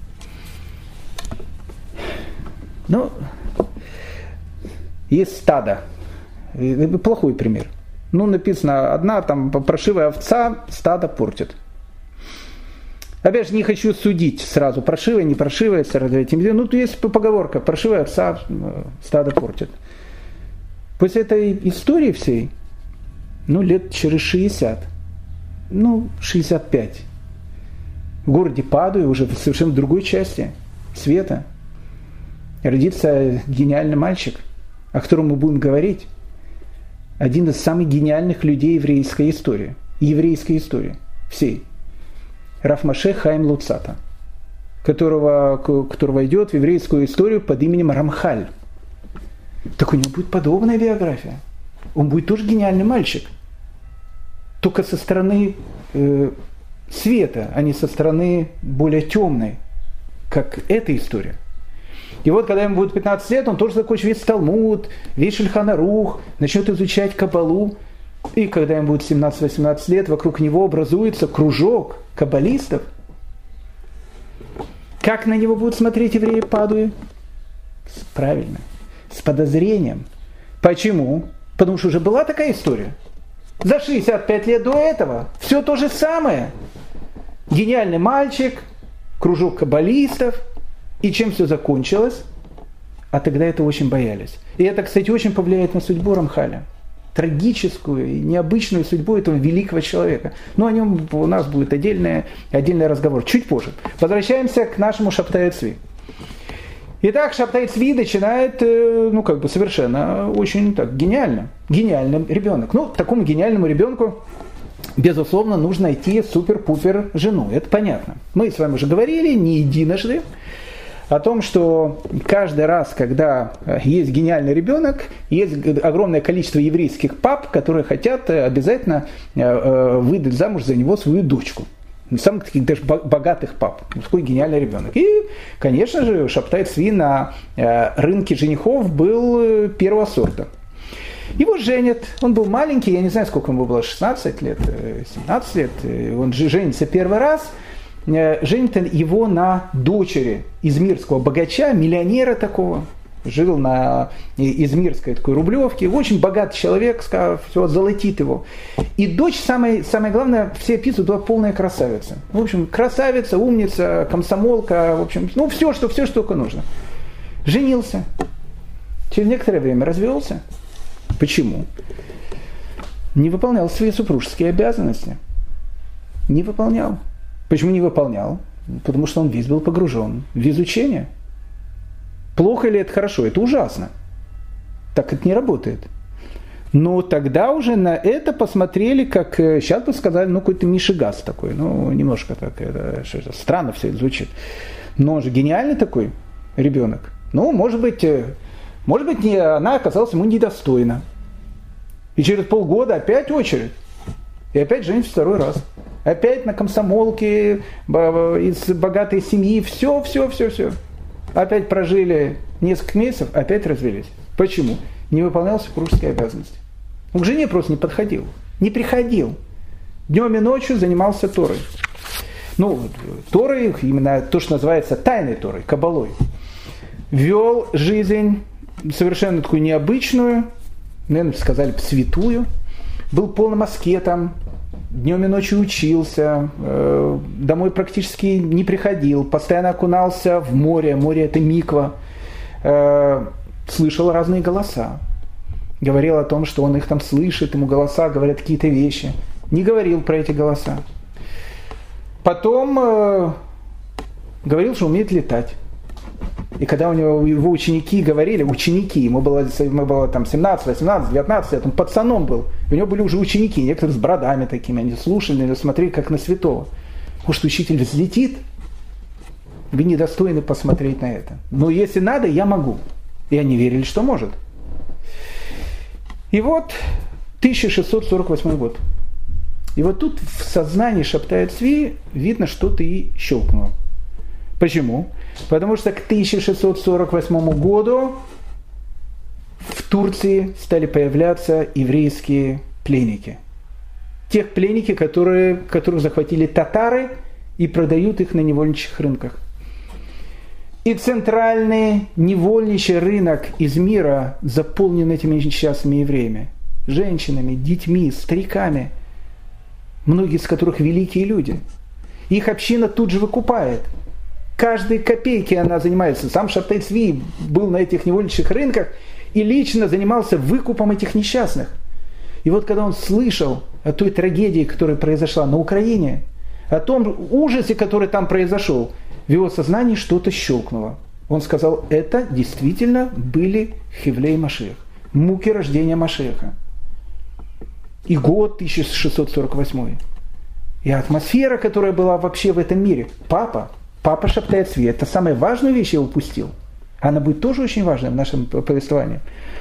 Speaker 1: Ну, есть стадо. Плохой пример. Ну, написано, одна там паршивая овца стадо портит. Опять же, не хочу судить сразу, паршивая, не паршивая, ну, то есть поговорка, паршивая овца стадо портит. После этой истории всей, ну, лет через шестьдесят, ну, шестьдесят пять, в городе Падуе, уже в совершенно другой части света, родится гениальный мальчик, о котором мы будем говорить. Один из самых гениальных людей еврейской истории, еврейской истории, всей. Рав Моше Хаим Луцата, которого, которого идет в еврейскую историю под именем Рамхаль. Так у него будет подобная биография. Он будет тоже гениальный мальчик. Только со стороны э, света, а не со стороны более темной, как эта история. И вот, когда ему будет пятнадцать лет, он тоже закончит весь Талмуд, весь Шульхан Арух, начнет изучать каббалу. И когда ему будет семнадцать-восемнадцать лет, вокруг него образуется кружок каббалистов. Как на него будут смотреть евреи Падуи? Правильно, с подозрением. Почему? Потому что уже была такая история. За шестьдесят пять лет до этого все то же самое. Гениальный мальчик, кружок каббалистов. И чем все закончилось? А тогда это очень боялись. И это, кстати, очень повлияет на судьбу Рамхаля. Трагическую и необычную судьбу этого великого человека. Но о нем у нас будет отдельный, отдельный разговор чуть позже. Возвращаемся к нашему Шабтай Цви. Итак, Шабтай Цви начинает, ну, как бы совершенно очень так, гениально. Гениальный ребенок. Ну, такому гениальному ребенку, безусловно, нужно найти супер-пупер жену. Это понятно. Мы с вами уже говорили не единожды о том, что каждый раз, когда есть гениальный ребенок, есть огромное количество еврейских пап, которые хотят обязательно выдать замуж за него свою дочку. Самых таких даже богатых пап. Такой гениальный ребенок. И, конечно же, Шабтай Цви на рынке женихов был первого сорта. Его женят, он был маленький, я не знаю, сколько ему было, шестнадцать лет, семнадцать лет, он же женится первый раз, женит его на дочери измирского богача, миллионера такого, жил на измирской такой рублевке, очень богатый человек, все, золотит его. И дочь, самое, самое главное, все описывают, была полная красавица. В общем, красавица, умница, комсомолка, в общем, ну все, что, все, что только нужно. Женился, через некоторое время развелся. Почему? Не выполнял свои супружеские обязанности. Не выполнял. Почему не выполнял? Потому что он весь был погружен в изучение. Плохо ли это хорошо? Это ужасно. Так это не работает. Но тогда уже на это посмотрели, как сейчас бы сказали, ну какой-то мишигас такой. Ну немножко так, это, что, странно все это звучит. Но он же гениальный такой ребенок. Ну, может быть, может быть, не, она оказалась ему недостойна. И через полгода опять очередь. И опять женится второй раз. Опять на комсомолке, из богатой семьи. Все, все, все, все. Опять прожили несколько месяцев, опять развелись. Почему? Не выполнял супружеские обязанности. Он к жене просто не подходил. Не приходил. Днем и ночью занимался Торой. Ну, Торой, именно то, что называется тайной Торой, каббалой. Вел жизнь совершенно такую необычную, наверное, сказали бы, святую. Был полным аскетом, днем и ночью учился, э, домой практически не приходил, постоянно окунался в море, море это миква, э, слышал разные голоса. Говорил о том, что он их там слышит, ему голоса говорят какие-то вещи. Не говорил про эти голоса. Потом э, говорил, что умеет летать. И когда у него его ученики говорили, ученики, ему было, ему было там семнадцать, восемнадцать, девятнадцать лет, он пацаном был, у него были уже ученики, некоторые с бородами такими, они слушали, смотрели как на святого. Может, учитель взлетит? вы недостойны посмотреть на это. Но если надо, я могу. И они верили, что может. И вот тысяча шестьсот сорок восьмой год. И вот тут в сознании Шабтай Цви видно, что-то и щелкнуло. Почему? Потому что к тысяча шестьсот сорок восьмому году в Турции стали появляться еврейские пленники. Тех пленники, которые, которых захватили татары и продают их на невольничьих рынках. И центральный невольничий рынок из мира заполнен этими несчастными евреями. Женщинами, детьми, стариками. Многие из которых великие люди. Их община тут же выкупает. Каждой копейки она занимается. Сам Шабтай Цви был на этих невольничьих рынках и лично занимался выкупом этих несчастных. И вот когда он слышал о той трагедии, которая произошла на Украине, о том ужасе, который там произошел, в его сознании что-то щелкнуло. Он сказал, это действительно были Хевлей Машиах, муки рождения Машиаха. И год тысяча шестьсот сорок восьмой. И атмосфера, которая была вообще в этом мире. Папа, папа Шабтай Цви, это самая важная вещь я упустил. Она будет тоже очень важной в нашем повествовании.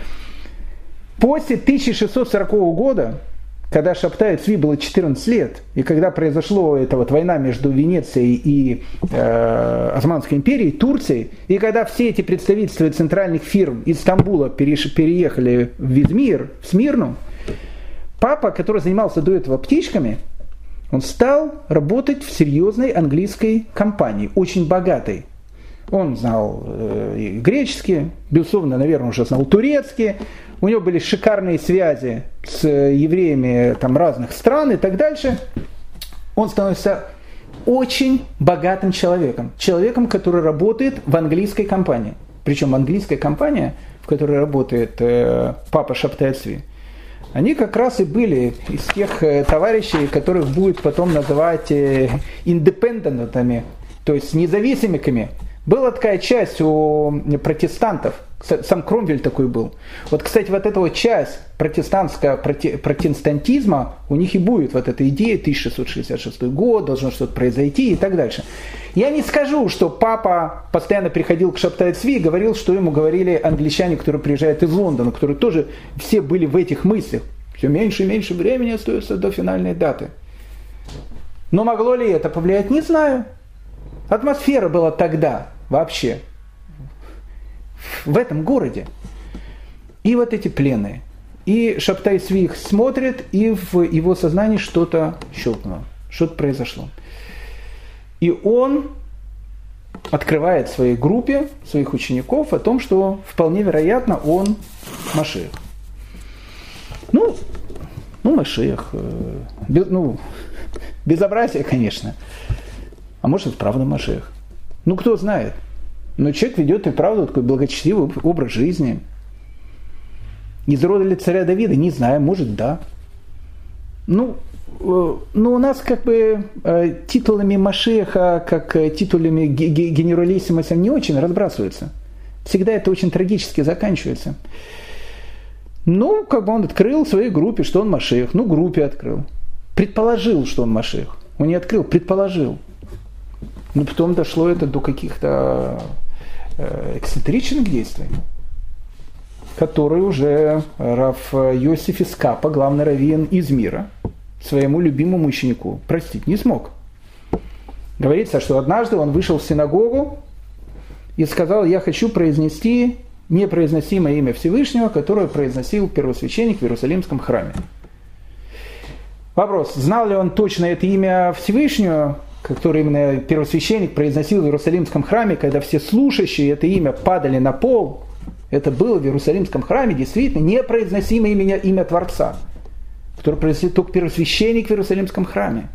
Speaker 1: После тысяча шестьсот сорокового года, когда Шабтаю Цви было четырнадцать лет, и когда произошла эта вот война между Венецией и э, Османской империей, Турцией, и когда все эти представительства центральных фирм из Стамбула переехали в Измир, в Смирну, папа, который занимался до этого птичками, он стал работать в серьезной английской компании, очень богатой. Он знал э, и греческий, безусловно, наверное, уже знал турецкий. У него были шикарные связи с евреями там, разных стран и так дальше. Он становится очень богатым человеком. Человеком, который работает в английской компании. Причем английская компания, в которой работает э, папа Шабтая Цви, они как раз и были из тех э, товарищей, которых будет потом называть э, индепендентами, то есть независимыми. Была такая часть у протестантов, сам Кромвель такой был. Вот, кстати, вот эта вот часть протестантского протестантизма, у них и будет вот эта идея, тысяча шестьсот шестьдесят шестой год, должно что-то произойти и так дальше. Я не скажу, что папа постоянно приходил к Шабтаю Цви и говорил, что ему говорили англичане, которые приезжают из Лондона, которые тоже все были в этих мыслях. Все меньше и меньше времени остается до финальной даты. Но могло ли это повлиять, не знаю. Атмосфера была тогда вообще в этом городе. И вот эти пленные. И Шабтай Цви их смотрит, и в его сознании что-то щелкнуло, что-то произошло. И он открывает своей группе, своих учеников о том, что вполне вероятно он Машиах. Ну, ну Машиах, э, без, ну, безобразие, конечно. А может, это правда Машиах. Ну, кто знает. Но человек ведет и правда такой благочестивый образ жизни. Из рода ли царя Давида? Не знаю, может, да. Ну, э, но у нас как бы э, титулами Машиаха, как э, титулами генералиссимуса не очень разбрасываются. Всегда это очень трагически заканчивается. Ну, как бы он открыл в своей группе, что он Машиах. Ну, группе открыл. Предположил, что он Машиах. Он не открыл, предположил. Но потом дошло это до каких-то э, эксцентричных действий, которые уже Рав Йосиф из Капа, главный раввин Измира, своему любимому ученику простить не смог. Говорится, что однажды он вышел в синагогу и сказал, я хочу произнести непроизносимое имя Всевышнего, которое произносил первосвященник в Иерусалимском храме. Вопрос, знал ли он точно это имя Всевышнего, который именно первосвященник произносил в Иерусалимском храме, когда все слушающие это имя падали на пол. Это было в Иерусалимском храме действительно непроизносимое имя, имя Творца, которое произносил только первосвященник в Иерусалимском храме.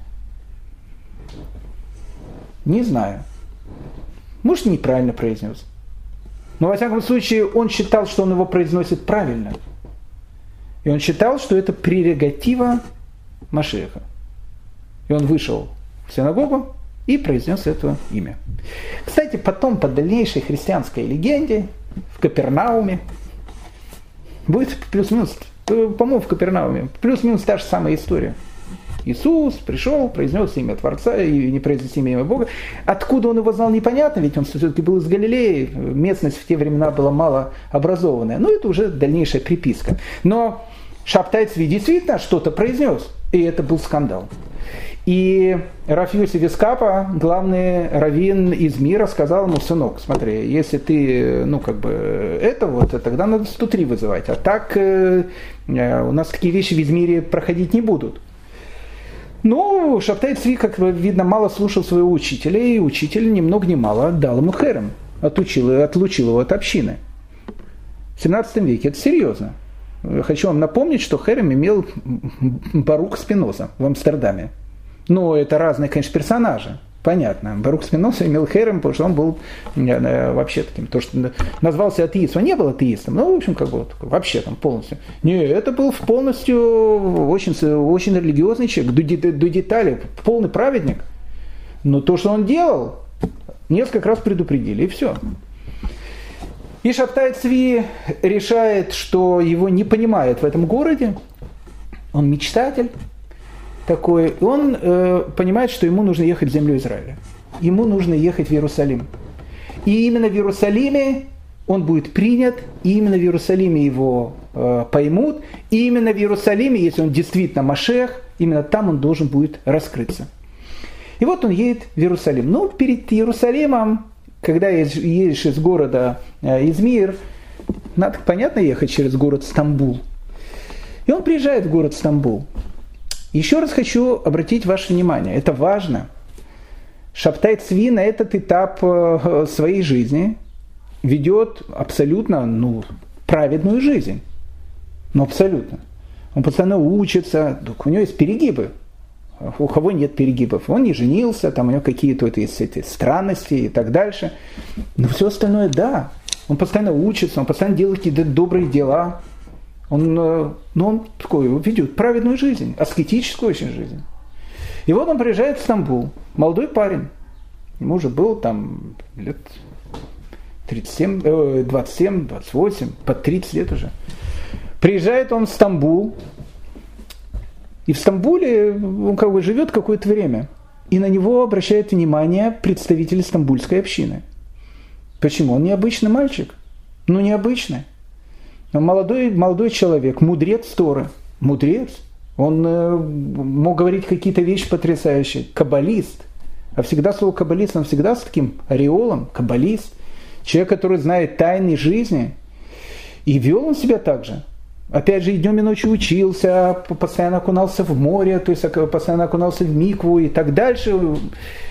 Speaker 1: Не знаю. Может, неправильно произнес. Но, во всяком случае, он считал, что он его произносит правильно. И он считал, что это прерогатива Машиаха. И он вышел в синагогу и произнес это имя. Кстати, потом, по дальнейшей христианской легенде, в Капернауме, будет плюс-минус, по-моему, в Капернауме, плюс-минус та же самая история. Иисус пришел, произнес имя Творца и не произнес имя Бога. Откуда он его знал, непонятно, ведь он все-таки был из Галилеи, местность в те времена была мало образованная. Но это уже дальнейшая приписка. Но Шабтай Цви действительно что-то произнес, и это был скандал. И Рав Йосеф Искапа, главный раввин из мира, сказал ему: сынок, смотри, если ты, ну, как бы, это вот, тогда надо сто три вызывать. А так э, у нас такие вещи в Измире проходить не будут. Ну, Шабтай Цви, как видно, мало слушал своего учителя, и учитель ни много ни мало дал ему херем, отучил, отлучил его от общины. В семнадцатом веке это серьезно. Хочу вам напомнить, что херем имел Барух Спиноза в Амстердаме. Но это разные, конечно, персонажи. Понятно. Барух Спиноза имел херем, потому что он был вообще таким, то, что назвался атеистом. Он не был атеистом, но, в общем, как бы вообще там полностью. Не, это был полностью очень, очень религиозный человек, до, до деталей, полный праведник. Но то, что он делал, несколько раз предупредили, и все. И Шабтай Цви решает, что его не понимают в этом городе. Он мечтатель такой. И он э, понимает, что ему нужно ехать в землю Израиля. Ему нужно ехать в Иерусалим. И именно в Иерусалиме он будет принят, и именно в Иерусалиме его э, поймут, и именно в Иерусалиме, если он действительно Машиах, именно там он должен будет раскрыться. И вот он едет в Иерусалим. Но перед Иерусалимом, когда едешь из города э, Измир, надо, понятно, ехать через город Стамбул. И он приезжает в город Стамбул. Еще раз хочу обратить ваше внимание, это важно. Шабтай Цви на этот этап э, своей жизни ведет абсолютно, ну, праведную жизнь. Ну, абсолютно. Он постоянно учится, у него есть перегибы. У кого нет перегибов? Он не женился, там у него какие-то вот есть эти странности и так дальше. Но все остальное, да. Он постоянно учится, он постоянно делает какие-то добрые дела. Он, ну, он такой ведет праведную жизнь, аскетическую очень жизнь. И вот он приезжает в Стамбул, молодой парень. Ему уже было там лет тридцать семь, двадцать семь, двадцать восемь, под тридцать лет уже. Приезжает он в Стамбул. И в Стамбуле он как бы живет какое-то время. И на него обращает внимание представители стамбульской общины. Почему? Он необычный мальчик. Ну, необычный. Он молодой, молодой человек, мудрец Торы. Мудрец. Он э, мог говорить какие-то вещи потрясающие. Каббалист. А всегда слово каббалист, он всегда с таким ореолом. Каббалист. Человек, который знает тайны жизни. И вел он себя так же. Опять же, и днем и ночью учился, постоянно окунался в море, то есть постоянно окунался в микву и так дальше. У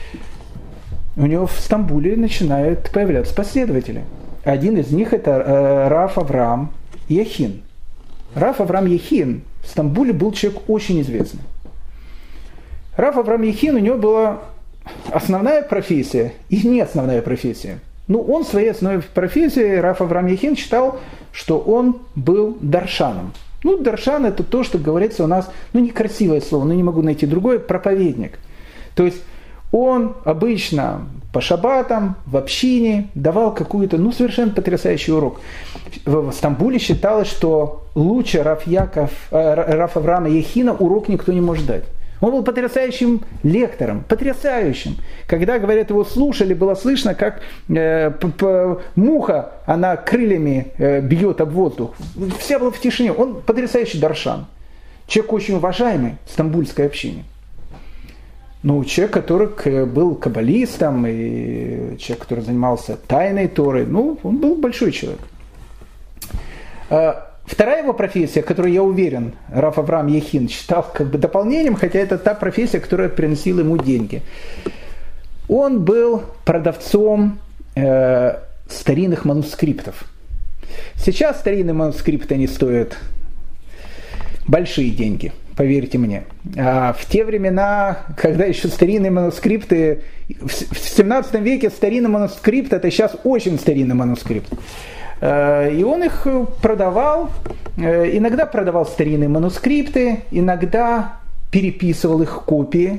Speaker 1: него в Стамбуле начинают появляться последователи. Один из них это Рав Авраам Яхин. Рав Авраам Яхин в Стамбуле был человек очень известный. Рав Авраам Яхин, у него была основная профессия и не основная профессия. Ну, он в своей основной профессии, Рав Авраам Яхин, считал, что он был даршаном. Ну, даршан – это то, что говорится у нас, ну, некрасивое слово, но не могу найти другое, проповедник. То есть он обычно по шаббатам, в общине давал какую-то, ну, совершенно потрясающий урок. В Стамбуле считалось, что лучше Рав, Яков, э, Рав Авраама Яхина урок никто не может дать. Он был потрясающим лектором, потрясающим. Когда, говорят, его слушали, было слышно, как э, п- п- муха, она крыльями э, бьет об воздух. Вся была в тишине. Он потрясающий даршан. Человек очень уважаемый в стамбульской общине. Ну, человек, который был каббалистом, и человек, который занимался тайной Торой, ну, он был большой человек. Вторая его профессия, которую, я уверен, Рав Авраам Яхин считал как бы дополнением, хотя это та профессия, которая приносила ему деньги. Он был продавцом э, старинных манускриптов. Сейчас старинные манускрипты, они стоят большие деньги, поверьте мне. А в те времена, когда еще старинные манускрипты, в семнадцатом веке старинный манускрипт, это сейчас очень старинный манускрипт. И он их продавал, иногда продавал старинные манускрипты, иногда переписывал их копии,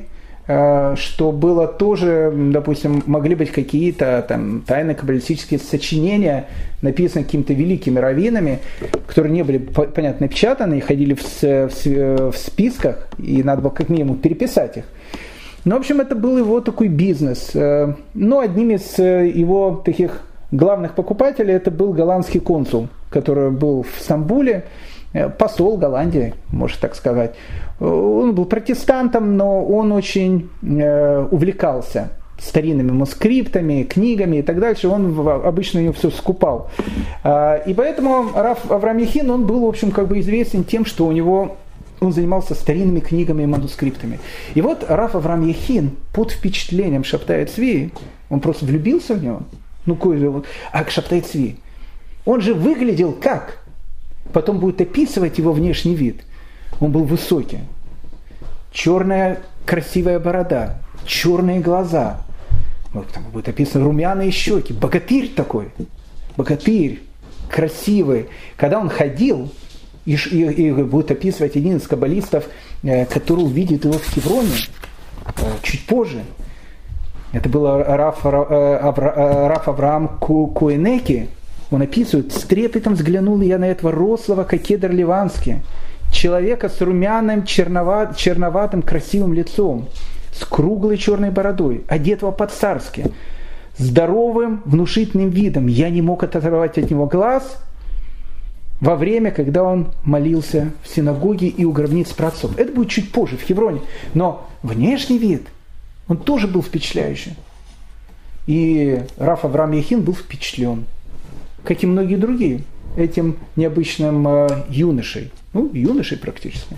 Speaker 1: что было тоже, допустим, могли быть какие-то там тайные каббалистические сочинения, написанные какими-то великими раввинами, которые не были, понятно, напечатаны и ходили в, в, в списках, и надо было как минимум переписать их. Ну, в общем, это был его такой бизнес. Но одним из его таких главных покупателей это был голландский консул, который был в Стамбуле, посол Голландии, можно так сказать. Он был протестантом, но он очень увлекался старинными манускриптами, книгами и так дальше. Он обычно ее все скупал. И поэтому Рав Авраам Яхин, он был, в общем, как бы известен тем, что у него он занимался старинными книгами и манускриптами. И вот Рав Авраам Яхин под впечатлением Шабтай Цви, он просто влюбился в него. Ну, кое же вот, а Шабтай Цви, он же выглядел как? Потом будет описывать его внешний вид. Он был высокий. Черная красивая борода, черные глаза. Вот там будет описано румяные щеки. Богатырь такой. Богатырь. Красивый. Когда он ходил, и, и, и будет описывать один из каббалистов, э, который увидит его в Хевроне э, чуть позже. Это был Рав, э, Авра, Рав Авраам Куэнеки. Он описывает: с трепетом взглянул я на этого рослого, как кедр ливанский, человека с румяным, черноват, черноватым, красивым лицом, с круглой черной бородой, одетого по-царски, здоровым, внушительным видом. Я не мог оторвать от него глаз во время, когда он молился в синагоге и у гробниц праотцов. Это будет чуть позже, в Хевроне. Но внешний вид, он тоже был впечатляющий. И Рав Авраам Яхин был впечатлен, как и многие другие, этим необычным э, юношей. Ну, юношей практически.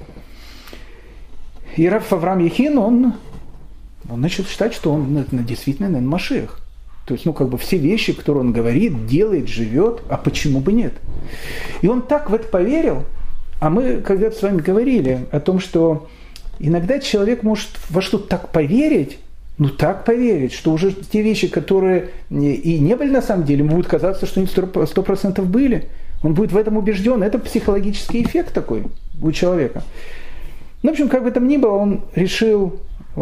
Speaker 1: И Рав Авраам Яхин, он, он начал считать, что он ну, действительно, наверное, Машиах. То есть, ну, как бы все вещи, которые он говорит, делает, живет, а почему бы нет? И он так в это поверил, а мы когда-то с вами говорили о том, что иногда человек может во что-то так поверить, ну так поверить, что уже те вещи, которые и не были на самом деле, ему будет казаться, что они сто процентов были. Он будет в этом убежден. Это психологический эффект такой у человека. Ну, в общем, как бы там ни было, он решил,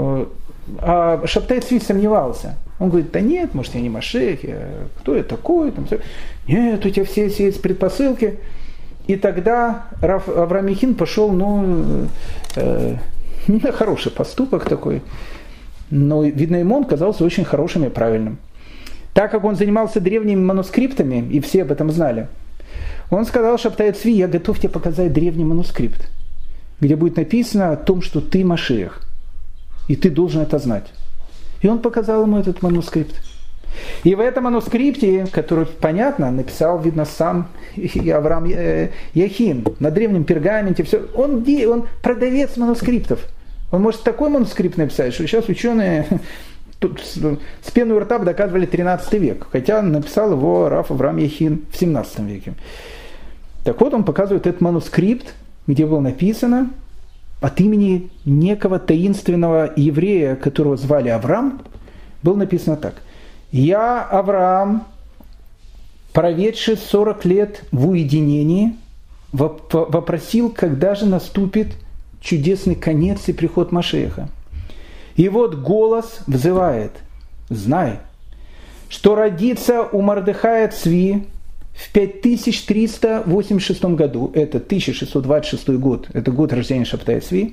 Speaker 1: а Шабтай Цви сомневался. Он говорит: да нет, может, я не Машиах, я, кто я такой? Там, все. Нет, у тебя все, все эти предпосылки. И тогда Рав Авраам Яхин пошел, ну, э, не на хороший поступок такой, но, видно, ему он казался очень хорошим и правильным. Так как он занимался древними манускриптами, и все об этом знали, он сказал Шабтай Цви: я готов тебе показать древний манускрипт, где будет написано о том, что ты Машиах, и ты должен это знать. И он показал ему этот манускрипт. И в этом манускрипте, который, понятно, написал, видно, сам Авраам Яхин, на древнем пергаменте, все, он, он продавец манускриптов. Он может такой манускрипт написать, что сейчас ученые тут с пеной у рта бы доказывали тринадцатый век, хотя написал его Рав Авраам Яхин в семнадцатом веке. Так вот, он показывает этот манускрипт, где было написано от имени некого таинственного еврея, которого звали Авраам, было написано так: «Я, Авраам, проведший сорок лет в уединении, вопросил, когда же наступит чудесный конец и приход Машиаха. И вот голос взывает: знай, что родится у Мордехая Цви в пять тысяч триста восемьдесят шестом году, это тысяча шестьсот двадцать шестой год, это год рождения Шабтая Цви,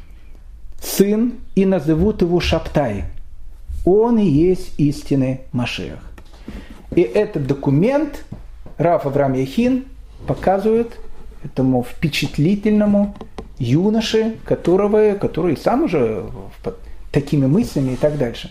Speaker 1: сын, и назовут его Шабтай. Он и есть истинный Машиах». И этот документ Рав Авраам Яхин показывает этому впечатлительному юноше, которого, который сам уже под такими мыслями и так дальше.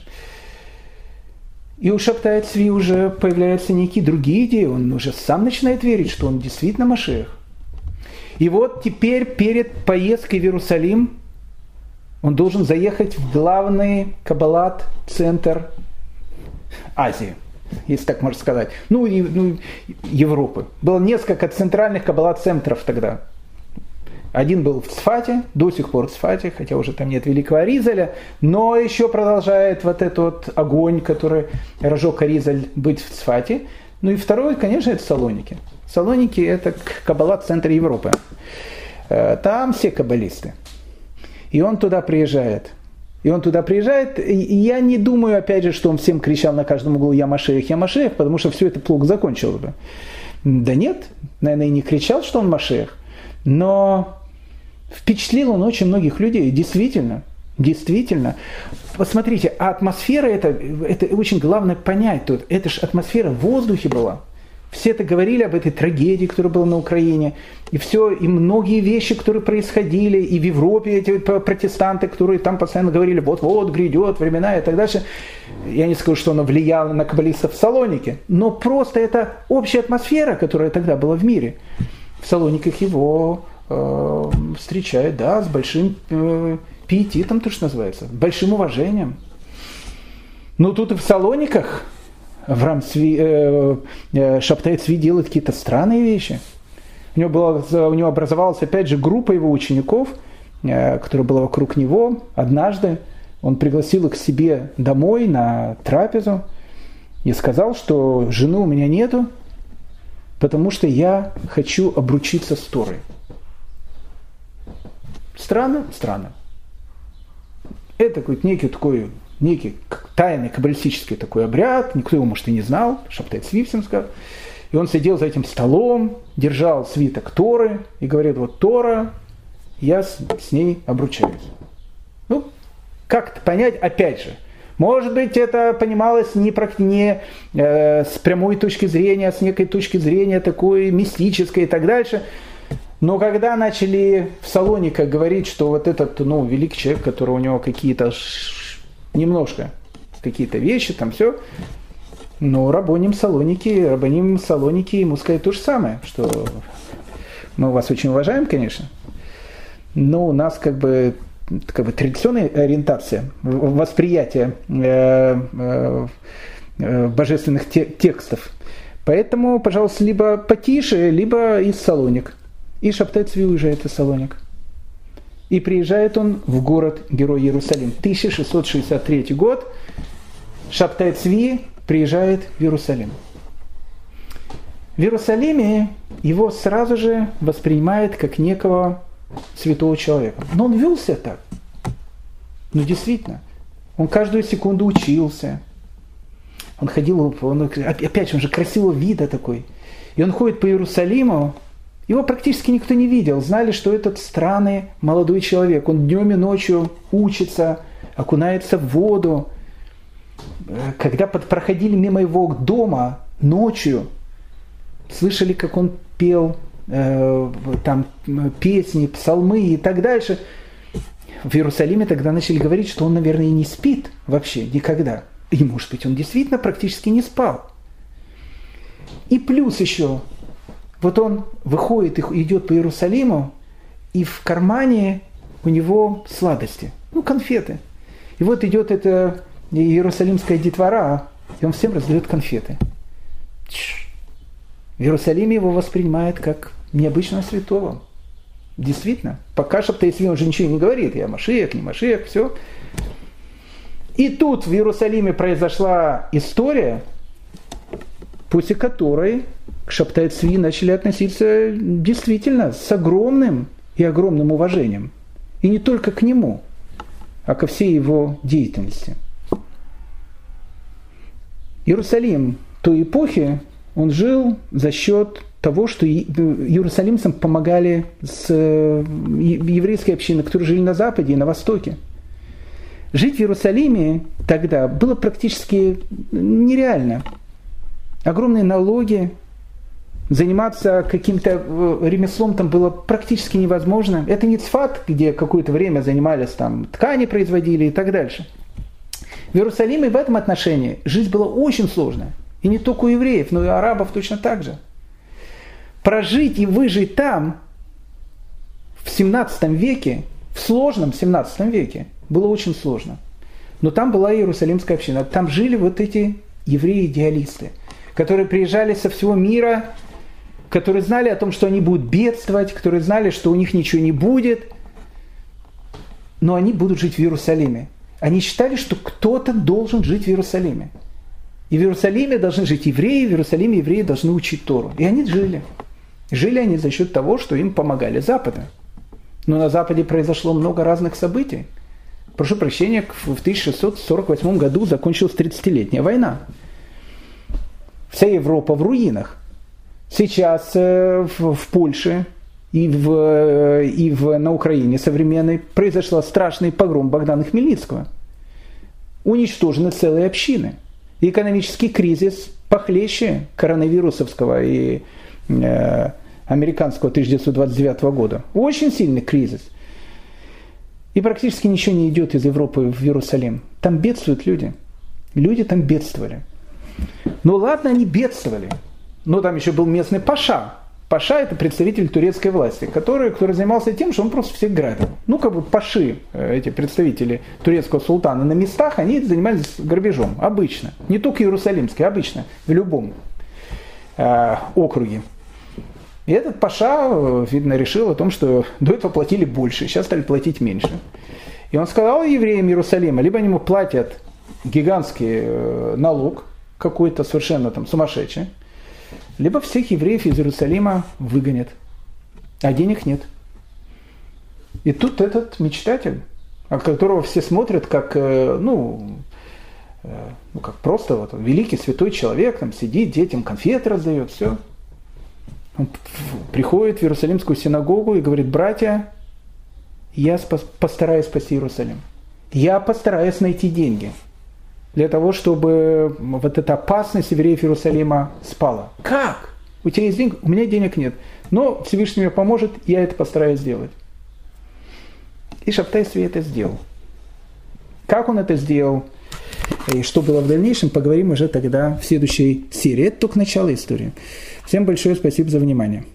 Speaker 1: И у Шабтая Цви уже появляются некие другие идеи, он уже сам начинает верить, что он действительно Машиах. И вот теперь перед поездкой в Иерусалим он должен заехать в главный каббалат-центр Азии, если так можно сказать, ну, и, ну Европы. Было несколько центральных каббалат-центров тогда. Один был в Цфате, до сих пор в Цфате, хотя уже там нет великого Аризаля, но еще продолжает вот этот вот огонь, который разжег Аризаль, быть в Цфате. Ну и второй, конечно, это Салоники. Салоники – это каббалат-центр Европы. Там все каббалисты. И он туда приезжает. И он туда приезжает, и я не думаю, опять же, что он всем кричал на каждом углу «Я Машиах, я Машиах», потому что все это плохо закончилось бы. Да нет, наверное, и не кричал, что он Машиах, но впечатлил он очень многих людей, действительно, действительно. Посмотрите, а атмосфера, это, это очень главное понять тут, это же атмосфера в воздухе была. Все это говорили об этой трагедии, которая была на Украине, и все, и многие вещи, которые происходили, и в Европе эти протестанты, которые там постоянно говорили, вот-вот грядет времена и так дальше. Я не скажу, что оно влияло на каббалистов в Салонике, но просто это общая атмосфера, которая тогда была в мире. В Салониках его э, встречают, да, с большим э, пиетитом, то, что называется, большим уважением. Но тут и в Салониках Авраам Цви, э, э, Шабтай Цви делает какие-то странные вещи. У него, была, у него образовалась, опять же, группа его учеников, э, которая была вокруг него. Однажды он пригласил их к себе домой на трапезу и сказал, что жены у меня нету, потому что я хочу обручиться с Торой. Странно? Странно. Это какой-то некий такой... некий тайный каббалистический такой обряд, никто его, может, и не знал, Шабтай Цви всем сказал. И он сидел за этим столом, держал свиток Торы и говорит, вот Тора, я с, с ней обручаюсь. Ну, как-то понять, опять же, может быть, это понималось не, не э, с прямой точки зрения, а с некой точки зрения такой мистической и так дальше. Но когда начали в Салониках говорить, что вот этот, ну, великий человек, который у него какие-то немножко какие-то вещи, там все. Но рабоним Салоники, рабоним Салоники ему сказать то же самое, что мы вас очень уважаем, конечно, но у нас как бы, как бы традиционная ориентация, восприятие э, э, э, божественных те, текстов. Поэтому, пожалуйста, либо потише, либо из Салоник. И Шабтай Цви уезжает из Салоник. И приезжает он в город-герой Иерусалим. тысяча шестьсот шестьдесят третий год. Шабтай Цви приезжает в Иерусалим. В Иерусалиме его сразу же воспринимают как некого святого человека. Но он вел себя так. Ну, действительно. Он каждую секунду учился. Он ходил, он, опять же, он же красивого вида такой. И он ходит по Иерусалиму. Его практически никто не видел. Знали, что этот странный молодой человек. Он днем и ночью учится, окунается в воду. Когда проходили мимо его дома ночью, слышали, как он пел э, там, песни, псалмы и так дальше. В Иерусалиме тогда начали говорить, что он, наверное, и не спит вообще никогда. И, может быть, он действительно практически не спал. И плюс еще... Вот он выходит и идет по Иерусалиму, и в кармане у него сладости, ну, конфеты. И вот идет эта иерусалимская детвора, и он всем раздает конфеты. В Иерусалиме его воспринимают как необычного святого. Действительно. Пока Шабтай Цви он же ничего не говорит. Я Машиах, не Машиах, все. И тут в Иерусалиме произошла история, после которой к Шабтай Цви начали относиться действительно с огромным и огромным уважением. И не только к нему, а ко всей его деятельности. Иерусалим той эпохи, он жил за счет того, что иерусалимцам помогали с еврейской общиной, которые жили на Западе и на Востоке. Жить в Иерусалиме тогда было практически нереально. Огромные налоги, заниматься каким-то ремеслом там было практически невозможно. Это не Цфат, где какое-то время занимались, там ткани производили и так дальше. В Иерусалиме в этом отношении жизнь была очень сложная. И не только у евреев, но и у арабов точно так же. Прожить и выжить там в семнадцатом веке, в сложном семнадцатом веке, было очень сложно. Но там была иерусалимская община. Там жили вот эти евреи-идеалисты, которые приезжали со всего мира, которые знали о том, что они будут бедствовать, которые знали, что у них ничего не будет, но они будут жить в Иерусалиме. Они считали, что кто-то должен жить в Иерусалиме. И в Иерусалиме должны жить евреи, в Иерусалиме евреи должны учить Тору. И они жили. Жили они за счет того, что им помогали Запада. Но на Западе произошло много разных событий. Прошу прощения, в тысяча шестьсот сорок восьмом году закончилась тридцатилетняя война. Вся Европа в руинах. Сейчас в, в Польше и, в, и в, на Украине современной произошел страшный погром Богдана Хмельницкого. Уничтожены целые общины. И экономический кризис похлеще коронавирусовского и э, американского тысяча девятьсот двадцать девятого года. Очень сильный кризис. И практически ничего не идет из Европы в Иерусалим. Там бедствуют люди. Люди там бедствовали. Ну ладно, они бедствовали. Но там еще был местный паша. Паша – это представитель турецкой власти, который, который занимался тем, что он просто всех грабил. Ну, как бы паши, эти представители турецкого султана на местах, они занимались грабежом. Обычно. Не только иерусалимский, обычно. В любом э, округе. И этот паша, видно, решил о том, что до этого платили больше, сейчас стали платить меньше. И он сказал евреям Иерусалима, либо они ему платят гигантский налог, какой-то совершенно там сумасшедший, либо всех евреев из Иерусалима выгонят, а денег нет. И тут этот мечтатель, от которого все смотрят как, ну, ну как просто вот, великий святой человек, там сидит, детям конфеты раздает, все. Он приходит в Иерусалимскую синагогу и говорит: братья, я постараюсь спасти Иерусалим. Я постараюсь найти деньги для того, чтобы вот эта опасность евреев Иерусалима спала. Как? У тебя есть деньги? У меня денег нет. Но Всевышний мне поможет, я это постараюсь сделать. И Шабтай Цви это сделал. Как он это сделал и что было в дальнейшем, поговорим уже тогда в следующей серии. Это только начало истории. Всем большое спасибо за внимание.